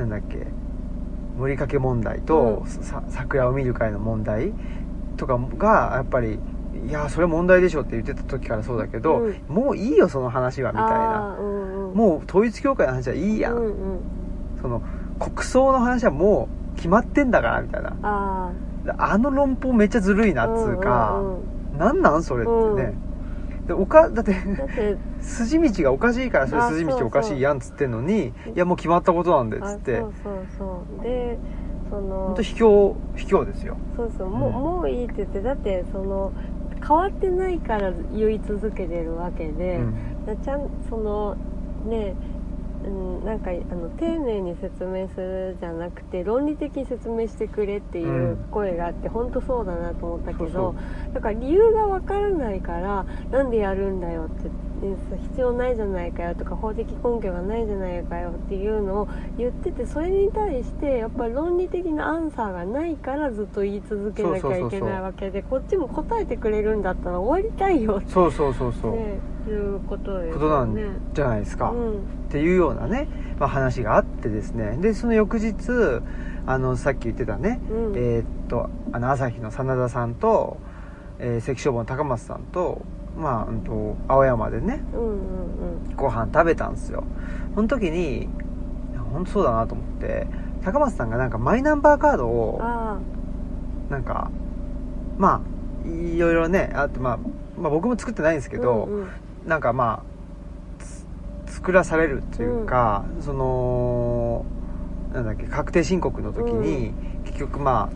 [SPEAKER 1] かけ問題と、桜を見る会の問題とかがやっぱりいやそれ問題でしょって言ってた時からそうだけど、もういいよその話はみたいな、もう統一教会の話はいいやん、その国葬の話はもう決まってんだからみたいな、あの論法めっちゃずるいなっつうか、なんなんそれってね、だって筋道がおかしいからそれ筋道おかしいやんっつってんのに、いやもう決まったことなんでっつって、
[SPEAKER 2] そうで
[SPEAKER 1] 本当卑怯ですよ。
[SPEAKER 2] そう、もういいって言って、だってその変わってないから言い続けてるわけで、そのね、なんか丁寧に説明するじゃなくて論理的に説明してくれっていう声があって、本当そうだなと思ったけど、だから理由がわからないからなんでやるんだよって、必要ないじゃないかよとか法的根拠がないじゃないかよっていうのを言ってて、それに対してやっぱり論理的なアンサーがないからずっと言い続けなきゃいけないわけで、こっちも答えてくれるんだったら終わりたいよって、いうことですよね。
[SPEAKER 1] ことなんじゃないですか、っていうようなね、話があってですね、でその翌日さっき言ってたね、朝日の真田さんと、関消防の高松さんと青山でね、ご飯食べたんですよ。その時に本当そうだなと思って、高松さんがなんかマイナンバーカードをなんかいろいろねあって、僕も作ってないんですけど、なんか作らされるというか、その確定申告の時に、結局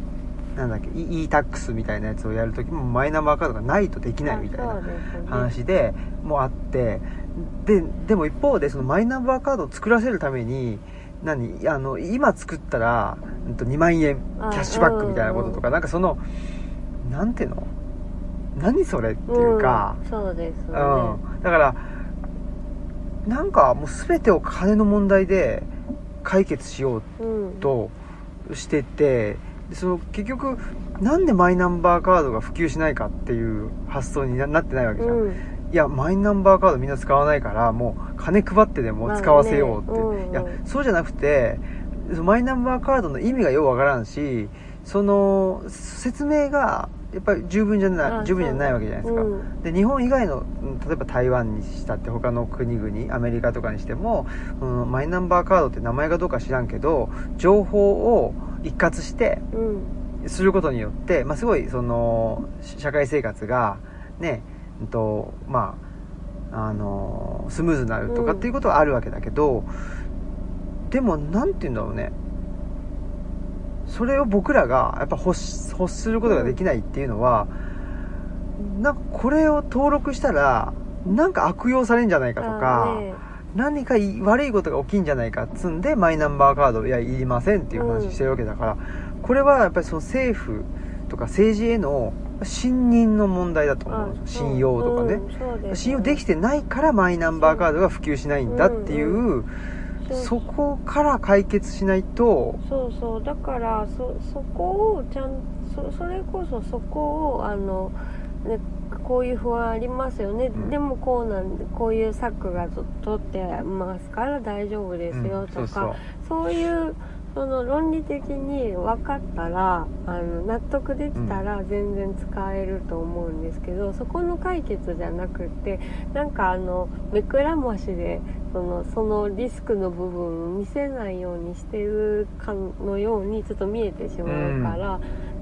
[SPEAKER 1] e-tax みたいなやつをやるときもマイナンバーカードがないとできないみたいな話でもあって、でも一方でそのマイナンバーカードを作らせるために今作ったら2万円キャッシュバックみたいなこととか、なんかそのなんていうの何それっていうか、
[SPEAKER 2] そうですね、
[SPEAKER 1] だからなんかもう全てを金の問題で解決しようとしてて、その結局なんでマイナンバーカードが普及しないかっていう発想に なってないわけじゃん、いやマイナンバーカードみんな使わないからもう金配ってでも使わせようって、いやそうじゃなくてマイナンバーカードの意味がよくわからんし、その説明がやっぱり十分じゃないわけじゃないですか、で日本以外の例えば台湾にしたって他の国々アメリカとかにしても、マイナンバーカードって名前がどうか知らんけど情報を一括してすることによって、すごいその社会生活がねスムーズになるとかっていうことはあるわけだけど、でもなんて言うんだろうね、それを僕らがやっぱ欲することができないっていうのは、なんかこれを登録したらなんか悪用されるんじゃないかとか、何か悪いことが起きんじゃないかっつんでマイナンバーカードいりませんっていう話してるわけだから、これはやっぱりその政府とか政治への信任の問題だと思う、信用とかね、信用できてないからマイナンバーカードが普及しないんだっていう、そこから解決しないと、
[SPEAKER 2] だからそこをそれこそそこをこういう不安ありますよね、でもこういう策が取ってますから大丈夫ですよとか、そういうその論理的に分かったら納得できたら全然使えると思うんですけど、そこの解決じゃなくてなんか目くらましでそのリスクの部分を見せないようにしてるかのようにちょっと見えてしまうから、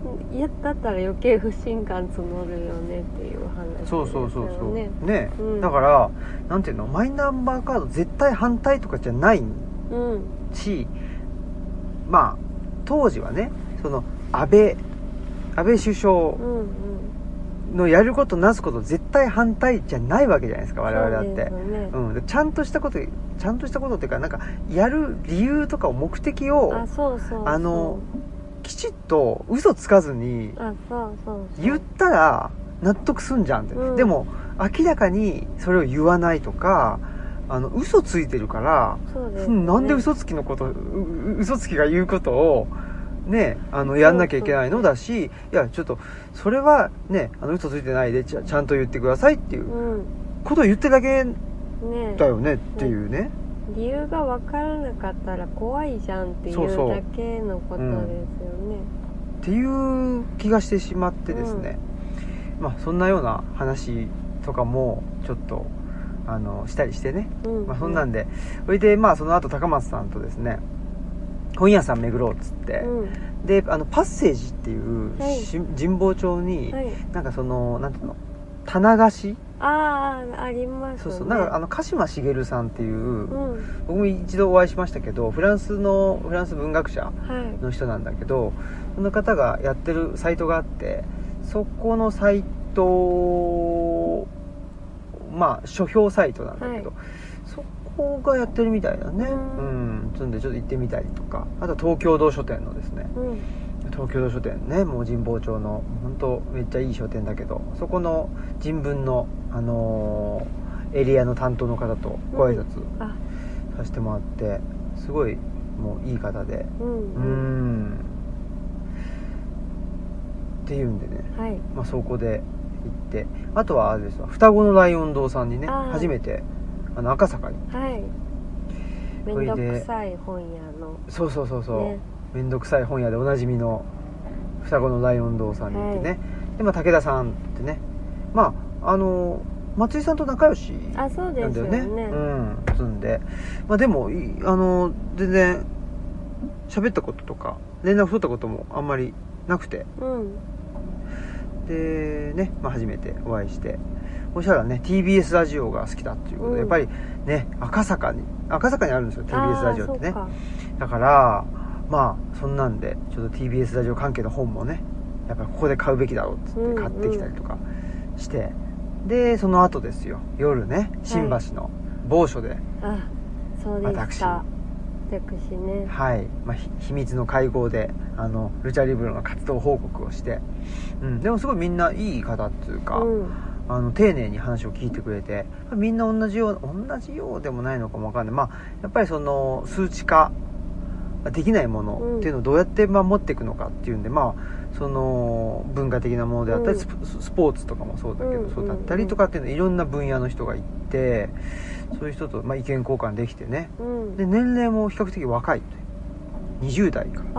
[SPEAKER 2] だったら余計不信感募るよねっていう話ですよね。
[SPEAKER 1] そうね、だからなんていうの、マイナンバーカード絶対反対とかじゃないし、まあ当時はね、その安倍首相のやることなすこと絶対反対じゃないわけじゃないですか、我々だって。ちゃんとしたことっていうか、なんかやる理由とか目的をきちっと嘘つかずに言ったら納得すんじゃんって、でも明らかにそれを言わないとか、嘘ついてるから、なんで嘘つきが言うことをね、やんなきゃいけないのだし、いやちょっとそれはね、嘘ついてないでちゃんと言ってくださいっていうことを言ってるだけだよねっていうね。
[SPEAKER 2] 理由が分からなかったら怖いじゃんっていうだけのことですよね。
[SPEAKER 1] っていう気がしてしまってですね、まあそんなような話とかもちょっとしたりしてね、そんなんで、それでまあその後高松さんとですね、本屋さん巡ろうっつって、でパッセージっていう、神保町に、なんかそのなんていうの、棚貸し
[SPEAKER 2] ありますね。
[SPEAKER 1] なんか鹿島茂さんっていう、僕も一度お会いしましたけど、フランス文学者の人なんだけど、その方がやってるサイトがあって、そこのサイト、まあ書評サイトなんだけど、そこがやってるみたいだね。そんでちょっと行ってみたりとか、あと東京堂書店のですね、東京堂書店ね、もう神保町の本当めっちゃいい書店だけど、そこの人文のエリアの担当の方とご挨拶させてもらって、すごいもういい方で、っていうんでね、まあそこで行って、あとはあれですわ、双子のライオン堂さんにね、初めて赤坂に、
[SPEAKER 2] めんどくさい本屋の、
[SPEAKER 1] そうめんどくさい本屋でおなじみの双子のライオン堂さんに行ってね、で、まあ、武田さんってね、まあ松井さんと仲良しなんだよね。そうですよね。そんで、まあ、でも全然喋ったこととか連絡取ったこともあんまりなくて、でね、まあ、初めてお会いして、そしたらね TBS ラジオが好きだっていうことで、やっぱりね赤坂にあるんですよ TBS ラジオってね。だからまあそんなんでちょっと TBS ラジオ関係の本もね、やっぱりここで買うべきだろうっつって買ってきたりとかして、でその後ですよ、夜ね、新橋の某所で、私ね、まあ、秘密の会合でルチャリブロの活動報告をして、でもすごいみんないい方っていうか、丁寧に話を聞いてくれて、みんな同じようでもないのかもわかんない、まあやっぱりその数値化できないものっていうのをどうやって守っていくのかっていうんで、まあその文化的なものであったり、スポーツとかもそうだけど、そうだったりとかっていうのいろんな分野の人がいて、そういう人とまあ意見交換できてね、で年齢も比較的若い、20代から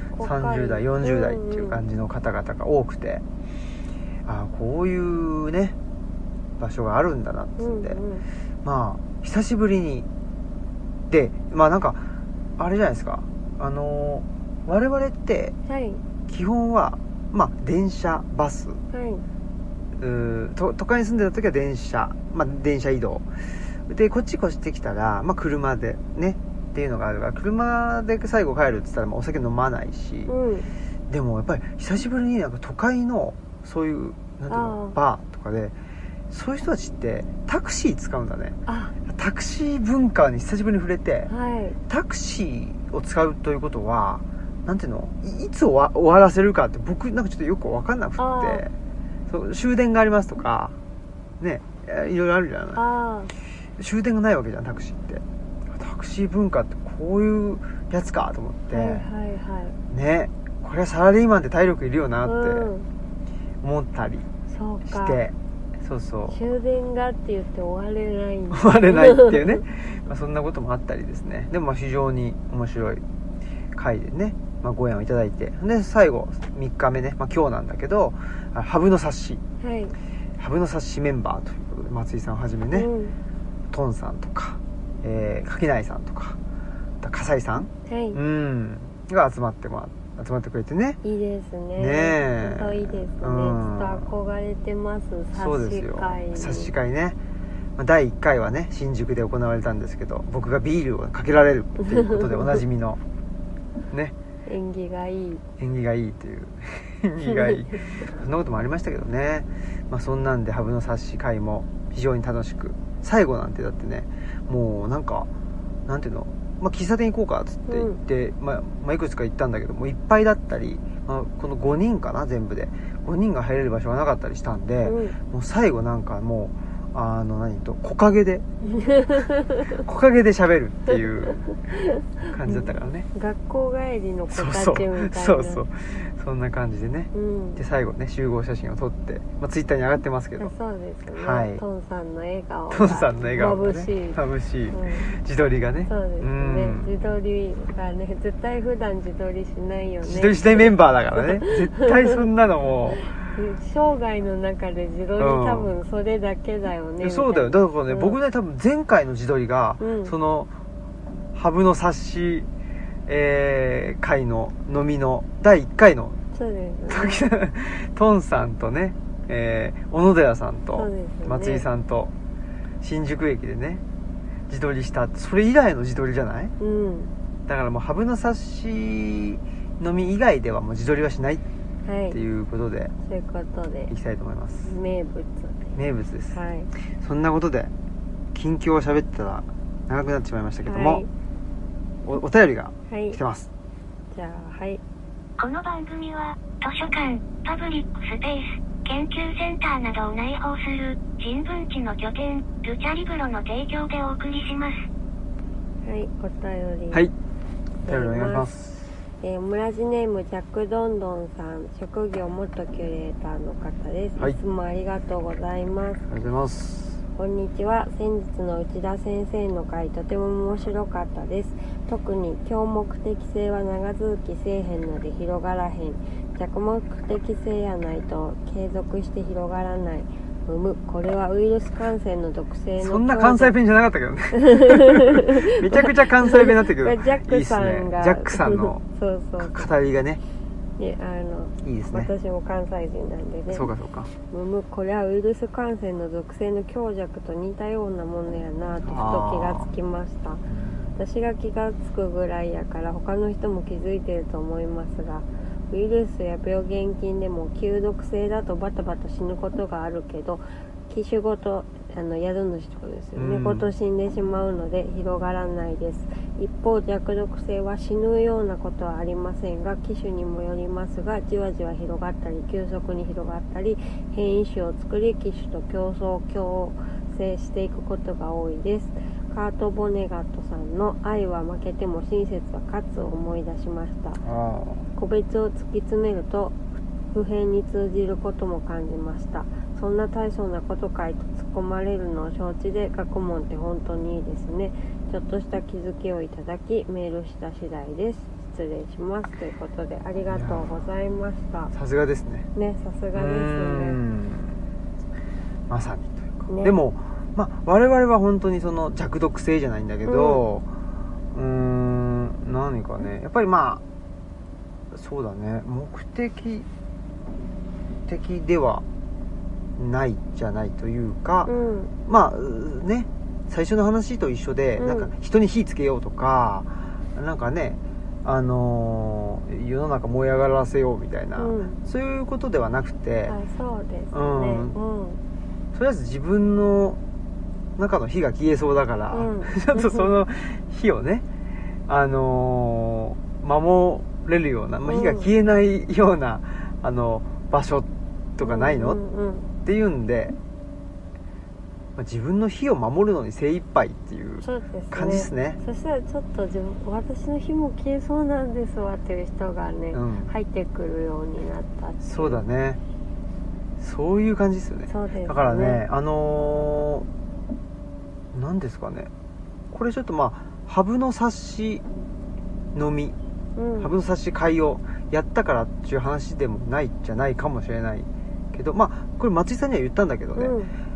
[SPEAKER 1] 30代40代っていう感じの方々が多くて、こういうね場所があるんだなっつって、まあ久しぶりにで、まあなんかあれじゃないですか、我々って基本は、まあ電車バス、都会に住んでた時は電車、まあ電車移動で、こっち越してきたら、まあ車でねっていうのがあるから、車で最後帰るって言ったら、まあお酒飲まないし、でもやっぱり久しぶりになんか都会のそういうなんていうのバーとかで、そういう人たちってタクシー使うんだね。タクシー文化に久しぶりに触れて、タクシーを使うということはなんていうの、いつ終わらせるかって僕なんかちょっとよく分かんなくって、終電がありますとかね、いろいろあるじゃない。終電がないわけじゃんタクシーって。タクシー文化ってこういうやつかと思って、ね、これはサラリーマンって体力いるよなって思ったりして、
[SPEAKER 2] 終電がって言って終われないんだ、
[SPEAKER 1] 終われないっていうねまあそんなこともあったりですね。でもまあ非常に面白い回でね、まあ、ご縁をいただいて、で最後3日目ね、まあ、今日なんだけど、ハブの冊子、ハブの冊子メンバーということで、松井さんをはじめね、トンさんとか、垣内さんとか笠井さん、が集まってもらっ集まってくれてね。
[SPEAKER 2] いいですね。
[SPEAKER 1] ねえ。
[SPEAKER 2] そういいですね。ちょっと憧れてます。冊子会。
[SPEAKER 1] 冊子会ね。第1回はね新宿で行われたんですけど、僕がビールをかけられるっていうことでおなじみのね。
[SPEAKER 2] 縁起がいい
[SPEAKER 1] という縁起がいいそんなこともありましたけどね。そんなんでハブの冊子会も非常に楽しく、最後なんてだってね、もうなんかなんていうの、喫茶店行こうかっつって言って、いくつか行ったんだけどもいっぱいだったり、この5人かな、全部で5人が入れる場所がなかったりしたんで、もう最後なんかもう木陰で喋るっていう感じだったからね。
[SPEAKER 2] 学校帰りの子たちみたいな。
[SPEAKER 1] そうそんな感じでね、で最後ね集合写真を撮って、ツイッターに上がってますけど、
[SPEAKER 2] そうですね、
[SPEAKER 1] はい、
[SPEAKER 2] トンさんの笑顔が
[SPEAKER 1] 眩しい、自撮りがね、
[SPEAKER 2] そうですね、自撮りがね、絶対普段自撮りしないよね。
[SPEAKER 1] 自撮りしないメンバーだからね絶対そんなのも
[SPEAKER 2] 生涯の中で自撮り多分それだけだよね。
[SPEAKER 1] そうだよ。だからね、僕ね多分前回の自撮りが、そのハブの冊子、会の飲みの第1回の
[SPEAKER 2] そうですね
[SPEAKER 1] トンさんとね、小野寺さんと、
[SPEAKER 2] ね、
[SPEAKER 1] 松井さんと新宿駅でね自撮りした。それ以来の自撮りじゃない？だからもうハブの冊子飲み以外ではもう自撮りはしないっていうことで、
[SPEAKER 2] そういうことで
[SPEAKER 1] いきたいと思います。
[SPEAKER 2] 名物
[SPEAKER 1] です、
[SPEAKER 2] はい、
[SPEAKER 1] そんなことで近況を喋ってたら長くなってしまいましたけども、お便りが来てます、
[SPEAKER 2] じゃあ
[SPEAKER 3] この番組は図書館、パブリックスペース、研究センターなどを内包する人文地の拠点ルチャリブロの提供でお送りします。
[SPEAKER 2] はい、お便り、
[SPEAKER 1] はい、お便りお願いします。
[SPEAKER 2] 村地ネームジャックドンドンさん、職業元キュレーターの方です、いつもありがとうございます。
[SPEAKER 1] ありがとうございます。
[SPEAKER 2] こんにちは。先日の内田先生の回とても面白かったです。特に強目的性は長続きせえへんので広がらへん、弱目的性やないと継続して広がらない、これはウイルス感染の毒性の。
[SPEAKER 1] そんな関西弁じゃなかったけどねめちゃくちゃ関西弁になってくる。
[SPEAKER 2] ジャックさんが、
[SPEAKER 1] ジャックさんの
[SPEAKER 2] そう
[SPEAKER 1] 語りがね、いいですね。
[SPEAKER 2] 私も関西人なんでね。
[SPEAKER 1] そうか。
[SPEAKER 2] これはウイルス感染の属性の強弱と似たようなものやなとふと気がつきました。私が気がつくぐらいやから他の人も気づいてると思いますが、ウイルスや病原菌でも吸毒性だとバタバタ死ぬことがあるけど、機種ごと宿主とかですよね、ごと死んでしまうので広がらないです。一方弱毒性は死ぬようなことはありませんが、機種にもよりますがじわじわ広がったり急速に広がったり変異種を作り機種と共生していくことが多いです。カート・ボネガットさんの愛は負けても親切は勝つを思い出しました。個別を突き詰めると普遍に通じることも感じました。そんな大層なことかいと突っ込まれるのを承知で、学問って本当にいいですね。ちょっとした気づきをいただきメールした次第です。失礼しますということで、ありがとうございました。
[SPEAKER 1] さすがですね。
[SPEAKER 2] さすがですね。
[SPEAKER 1] まさにというか、でも我々は本当にその弱毒性じゃないんだけど、何かね、やっぱりそうだね、目的的ではないじゃないというか、最初の話と一緒で、なんか人に火つけようとか、なんかね、世の中燃え上がらせようみたいな、そういうことではなくて、
[SPEAKER 2] そうですね、
[SPEAKER 1] とりあえず自分の中の火が消えそうだから、ちょっとその火をね、守れるような、火が消えないような場所とかないの、っていうんで、自分の火を守るのに精一杯っていう感じですね。
[SPEAKER 2] そしたらちょっと私の火も消えそうなんですわっていう人がね、入ってくるようになったっていう。
[SPEAKER 1] そうだね、そういう感じですよね。
[SPEAKER 2] そうですね。
[SPEAKER 1] だからね、何ですかね、これちょっとハブの冊子飲み、ハブの冊子会をやったからっていう話でもないじゃないかもしれないけど、これ松井さんには言ったんだけどね、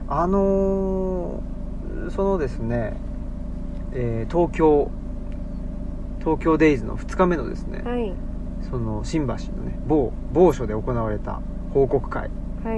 [SPEAKER 1] そのですね、東京デイズの2日目のですね、 その新橋のね某所で行われた報告会、
[SPEAKER 2] はい、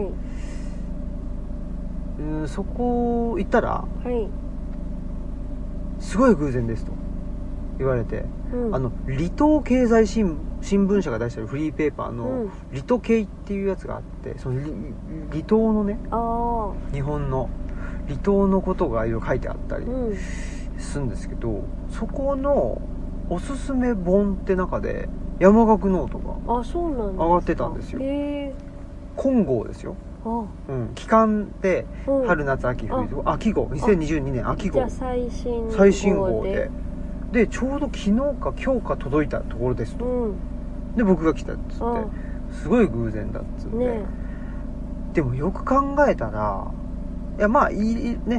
[SPEAKER 1] そこ行ったら、
[SPEAKER 2] はい、
[SPEAKER 1] すごい偶然ですと言われて、離島経済新聞社が出してるフリーペーパーの離島経っていうやつがあって、その離島のね、日本の離島のことがいろいろ書いてあったりするんですけど、そこのおすすめ本って中で山岳ノートが上がってたんですよ。金剛ですよ。期間で春夏秋冬、秋号2022年秋号、
[SPEAKER 2] 最
[SPEAKER 1] 新号でちょうど昨日か今日か届いたところですと、で僕が来たっつって、すごい偶然だっつって、ね、でもよく考えたら、いやまあいいね、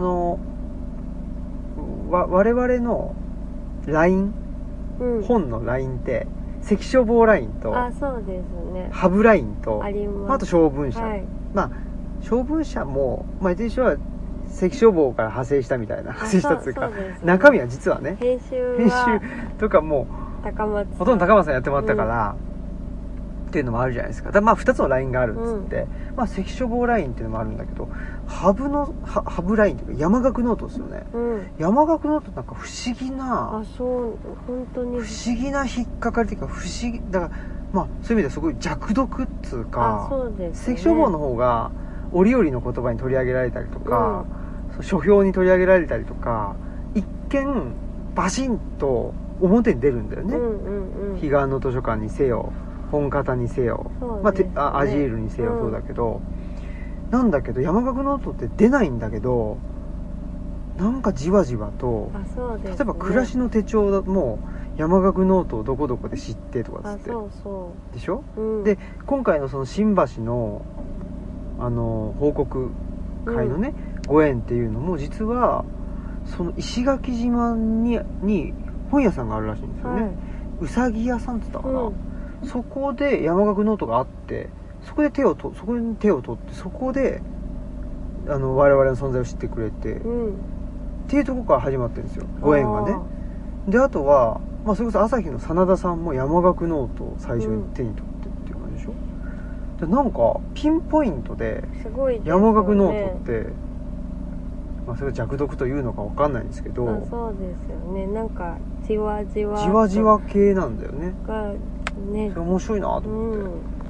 [SPEAKER 1] 我々の LINE、本の LINE って関書房ラインと、
[SPEAKER 2] そうですね、
[SPEAKER 1] ハブラインと、
[SPEAKER 2] あ
[SPEAKER 1] と小文社、まあ小文社もいずれにしろ関書房から派生したみたいな、派生したというか、中身は実はね、
[SPEAKER 2] 編集
[SPEAKER 1] とかもほとんど高松さんやってもらったから、っていうのもあるじゃないですか。だから2つのラインがあるっつって、関書房ラインっていうのもあるんだけど、ハブラインっていうか山岳ノートですよね、山岳ノートなんか不思議な、
[SPEAKER 2] 本当に
[SPEAKER 1] 不思議な引っかかりっていうか、不思議だから、そういう意味ではすごい弱毒っつうか、関書房の方が折々の言葉に取り上げられたりとか、書評に取り上げられたりとか、一見バシンと表に出るんだよね、彼岸の図書館にせよ本方にせよ、アジールにせよそうだけど、なんだけど山岳ノートって出ないんだけど、なんかじわじわと、例えば暮らしの手帳も山岳ノートをどこどこで知ってとかつってでしょ、で今回のその新橋の報告会のね、ご縁っていうのも実はその石垣島に本屋さんがあるらしいんですよね、うさぎ屋さんって言ったかな、そこで山岳ノートがあって、そこに手を取って、そこで我々の存在を知ってくれて、っていうところから始まってるんですよ、ご縁がね。であとは、それこそ朝日の真田さんも山岳ノートを最初に手に取ってっていう感じでしょ。でなんかピンポイントで山岳ノートって、それが弱毒というのか分かんないんですけど、
[SPEAKER 2] そうですよね、なんかじわじわ
[SPEAKER 1] 系なんだよね。
[SPEAKER 2] ね、
[SPEAKER 1] それ面白いなと思って、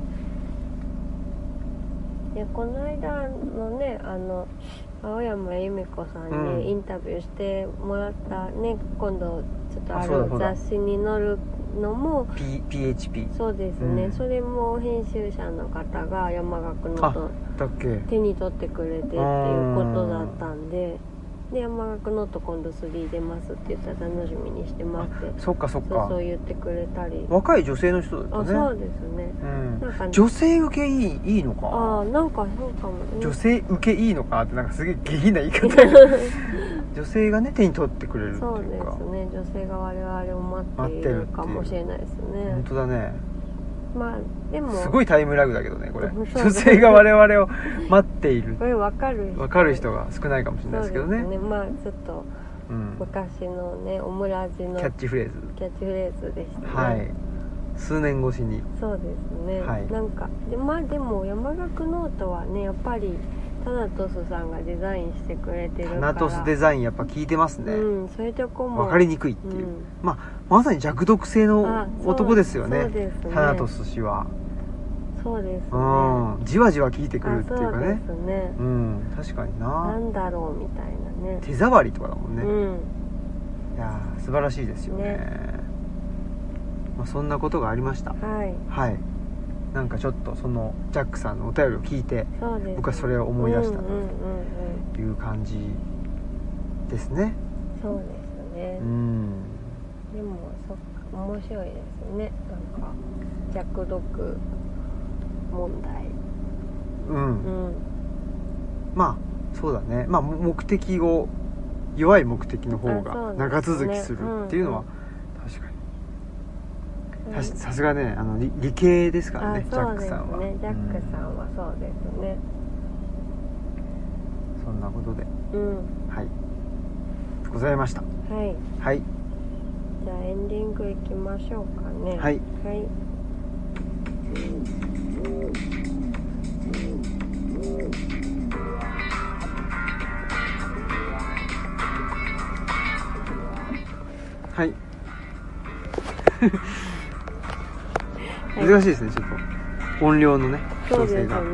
[SPEAKER 2] いやこの間のね、青山由美子さんにインタビューしてもらったね、今度ちょっとある雑誌に載るのも
[SPEAKER 1] PHP、
[SPEAKER 2] そうですね、それも編集者の方が山岳ノート手に取ってくれてっていうことだったんで、山岳ノート今度3出ますって言ったら楽しみにしてますって、
[SPEAKER 1] そっかそう
[SPEAKER 2] 言ってくれたり、
[SPEAKER 1] 若い女性の人だったね。
[SPEAKER 2] そうですね、なんか
[SPEAKER 1] 女性受けいいのか、
[SPEAKER 2] なんかそうかもね、
[SPEAKER 1] 女性受けいいのかってなんかすげえ下品な言い方女性がね手に取ってくれるっていうか、
[SPEAKER 2] そうですね、女性が我々を待っているかもしれないですね。
[SPEAKER 1] 本当だね。
[SPEAKER 2] でも
[SPEAKER 1] すごいタイムラグだけどねこれ、女性が我々を待っている、
[SPEAKER 2] これ分かる
[SPEAKER 1] 人が少ないかもしれないですけどね。
[SPEAKER 2] そうですね、ちょっと昔のね、オムラジの
[SPEAKER 1] キャッチフレー
[SPEAKER 2] ズでしたね。
[SPEAKER 1] 数年越しに。
[SPEAKER 2] そうですね、なんかでも山岳ノートはね、やっぱりタナトスさんがデザインしてくれてるから、
[SPEAKER 1] タナトスデザインやっぱ効いてますね、
[SPEAKER 2] そういうとこも
[SPEAKER 1] 分かりにくいっていう、まさに弱毒性の男ですよね。
[SPEAKER 2] そうですね、
[SPEAKER 1] タナトス氏は
[SPEAKER 2] そうですね、
[SPEAKER 1] じわじわ効いてくるっていうかね。
[SPEAKER 2] そうですね、
[SPEAKER 1] 確かに
[SPEAKER 2] なんだろうみたいなね、
[SPEAKER 1] 手触りとかだもんね、いや素晴らしいですよね。そんなことがありました。なんかちょっとそのジャックさんのお便りを聞いて、僕はそれを思い出したという感じですね。
[SPEAKER 2] そうですね、でもそっか、面白いですね、なんか弱毒問題。
[SPEAKER 1] そうだね、目的を弱い目的の方が長続きするっていうのは確かに、さすがね、理系ですからね、ジャックさんは。
[SPEAKER 2] ジャックさんはそうですね。
[SPEAKER 1] そんなことで、ございました。
[SPEAKER 2] じゃあエンディングいきましょうかね。
[SPEAKER 1] はい難しいですね、ちょっと音量のね調整が、はい、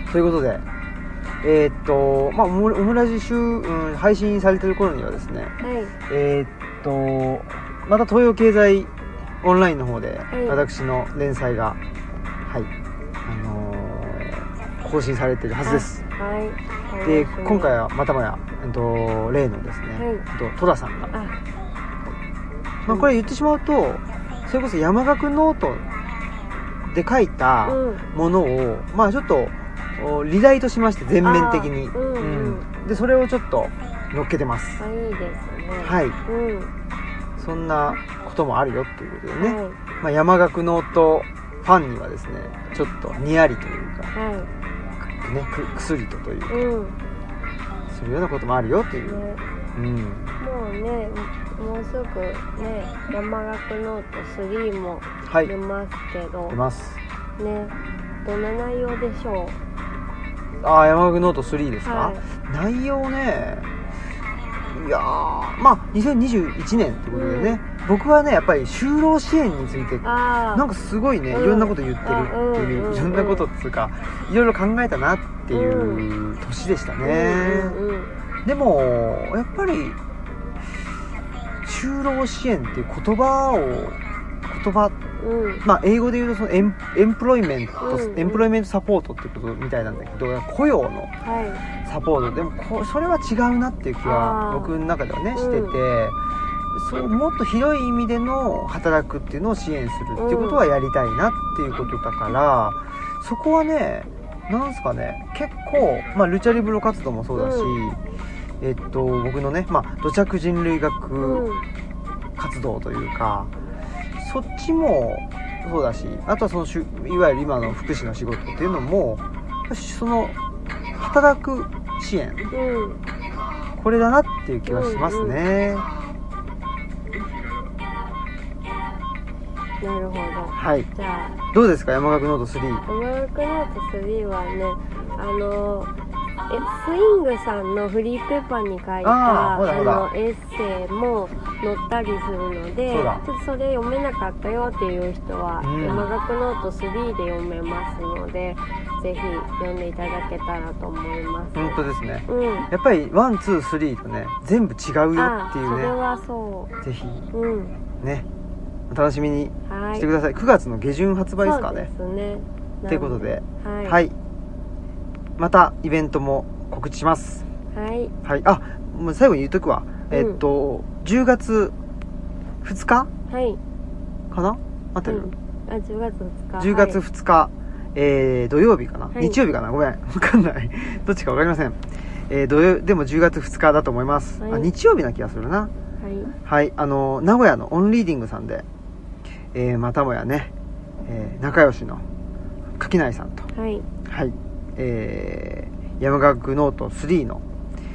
[SPEAKER 1] ということでまあオムラジ配信されてる頃にはですね、はい、また東洋経済オンラインの方で、はい、私の連載がはい更新されているはずです。はい、で今回はまたもや例のですね、はい、戸田さんが、まあ、これ言ってしまうとそれこそ山岳ノートで書いたものを、まあちょっとリダイとしまして全面的に、でそれをちょっと乗っけてます。
[SPEAKER 2] いいですね。
[SPEAKER 1] はい、そんなこともあるよっていうことでね、まあ、山岳ノートファンにはですねちょっとにやりというか、ね、薬というか、そういうようなこともあるよという、も
[SPEAKER 2] うねもうすぐね山岳ノート3も出ますけど、
[SPEAKER 1] 出ます
[SPEAKER 2] ね。どんな内容でしょう。
[SPEAKER 1] 山岳ノート3ですか、内容ね、いやまあ2021年ってことでね、僕はねやっぱり就労支援についてなんかすごいね、いろんなこと言ってるっていう、いろんなことっつうかいろいろ考えたなっていう年でしたね。でもやっぱり就労支援っていう言葉、まあ英語で言うとそのエンプロイメントサポートってことみたいなんだけど、雇用のサポート、でもそれは違うなっていう気が僕の中ではねしてて、そうもっと広い意味での働くっていうのを支援するっていうことはやりたいなっていうことだから、そこはねなんすかね結構、まあ、ルチャリブロ活動もそうだし、僕のね、まあ、土着人類学活動というか、そっちもそうだし、あとはそのいわゆる今の福祉の仕事っていうのもその働く支援、これだなっていう気はしますね。
[SPEAKER 2] なるほど。
[SPEAKER 1] はい。
[SPEAKER 2] じゃあ
[SPEAKER 1] どうですか山岳ノート3。
[SPEAKER 2] 山岳ノート3はねスイングさんのフリーペーパーに書いたエッセイも載ったりするので、ちょっとそれ読めなかったよっていう人は、山岳ノート3で読めますので、ぜひ読んでいただけたらと思います。
[SPEAKER 1] 本当ですね、やっぱり1、2、3とね全部違うよっていうね。
[SPEAKER 2] それはそう。
[SPEAKER 1] ぜひ、ねお楽しみにしてください。9月の下旬発売ですかね。
[SPEAKER 2] そうですね。
[SPEAKER 1] ということで、はい、またイベントも告知します。
[SPEAKER 2] はい。
[SPEAKER 1] はい。もう最後に言うとくわ。10月2日かな？合ってる
[SPEAKER 2] ？10月2日。
[SPEAKER 1] 10月2日、土曜日かな？日曜日かな？ごめん。わかんない。どっちかわかりません。でも10月2日だと思います。日曜日な気がするな。はい。名古屋のオンリーディングさんで、またもやね、仲良しの垣内さんと、山岳ノート3の、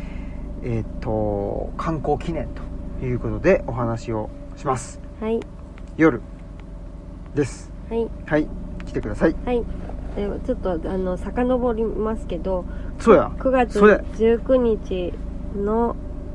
[SPEAKER 1] 観光記念ということでお話をします。夜です。はい。来てください。
[SPEAKER 2] ちょっと遡りますけど、
[SPEAKER 1] そうや。
[SPEAKER 2] 9月19日の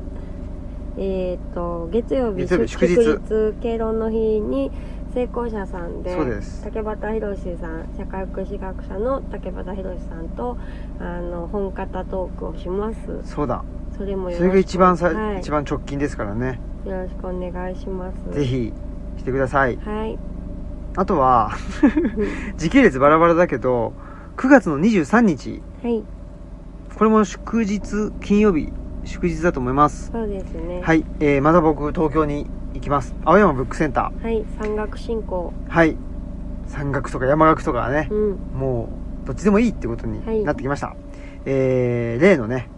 [SPEAKER 2] 月曜日祝日敬老の日に成功者さんで竹端博さん、社会福祉学者の竹端博さんと本方トークをします。
[SPEAKER 1] そうだ。
[SPEAKER 2] それ
[SPEAKER 1] が一番直近ですからね。
[SPEAKER 2] よろしくお願いします。
[SPEAKER 1] ぜひしてください。
[SPEAKER 2] はい。
[SPEAKER 1] あとは時系列バラバラだけど9月の23日、これも祝日、金曜日祝日だと思います。
[SPEAKER 2] そうですね。
[SPEAKER 1] はい、また僕東京に行きます。青山ブックセンタ
[SPEAKER 2] ー。山岳振興。
[SPEAKER 1] 山岳とか山岳とかはね、もうどっちでもいいってことになってきました。例のね、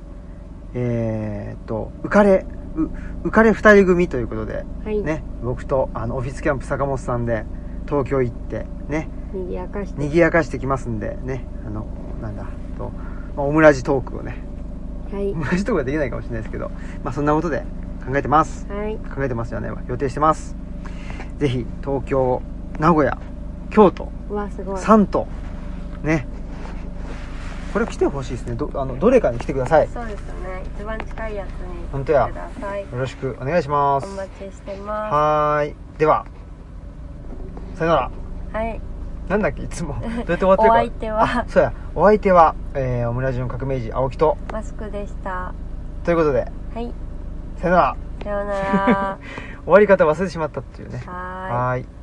[SPEAKER 1] 浮かれ2人組ということで、ね、僕とオフィスキャンプ坂本さんで東京行ってね、
[SPEAKER 2] 賑
[SPEAKER 1] やかしてきますんでね、オムラジトークをね、オムラジトークはできないかもしれないですけど、そんなことで考えてます。考えてますよね。予定してます。ぜひ東京、名古屋、 京都、
[SPEAKER 2] うわすごい、
[SPEAKER 1] 3都ね、これ来てほしいですね。どれかに来てください。
[SPEAKER 2] そうですね、一番近いやつに
[SPEAKER 1] 本当や、
[SPEAKER 2] 来てください。
[SPEAKER 1] よろしくお願いします。
[SPEAKER 2] お待ちしてます。
[SPEAKER 1] はーい、ではさよなら。
[SPEAKER 2] はい、
[SPEAKER 1] なんだっけ、いつもどうやって終わってるか。
[SPEAKER 2] お相手は
[SPEAKER 1] そうや、お相手は、オムラジオの革命児青木と
[SPEAKER 2] マスクでした。
[SPEAKER 1] ということで、
[SPEAKER 2] はい、
[SPEAKER 1] さよなら。
[SPEAKER 2] さようなら。
[SPEAKER 1] 終わり方忘れてしまったっていうね。
[SPEAKER 2] はーい。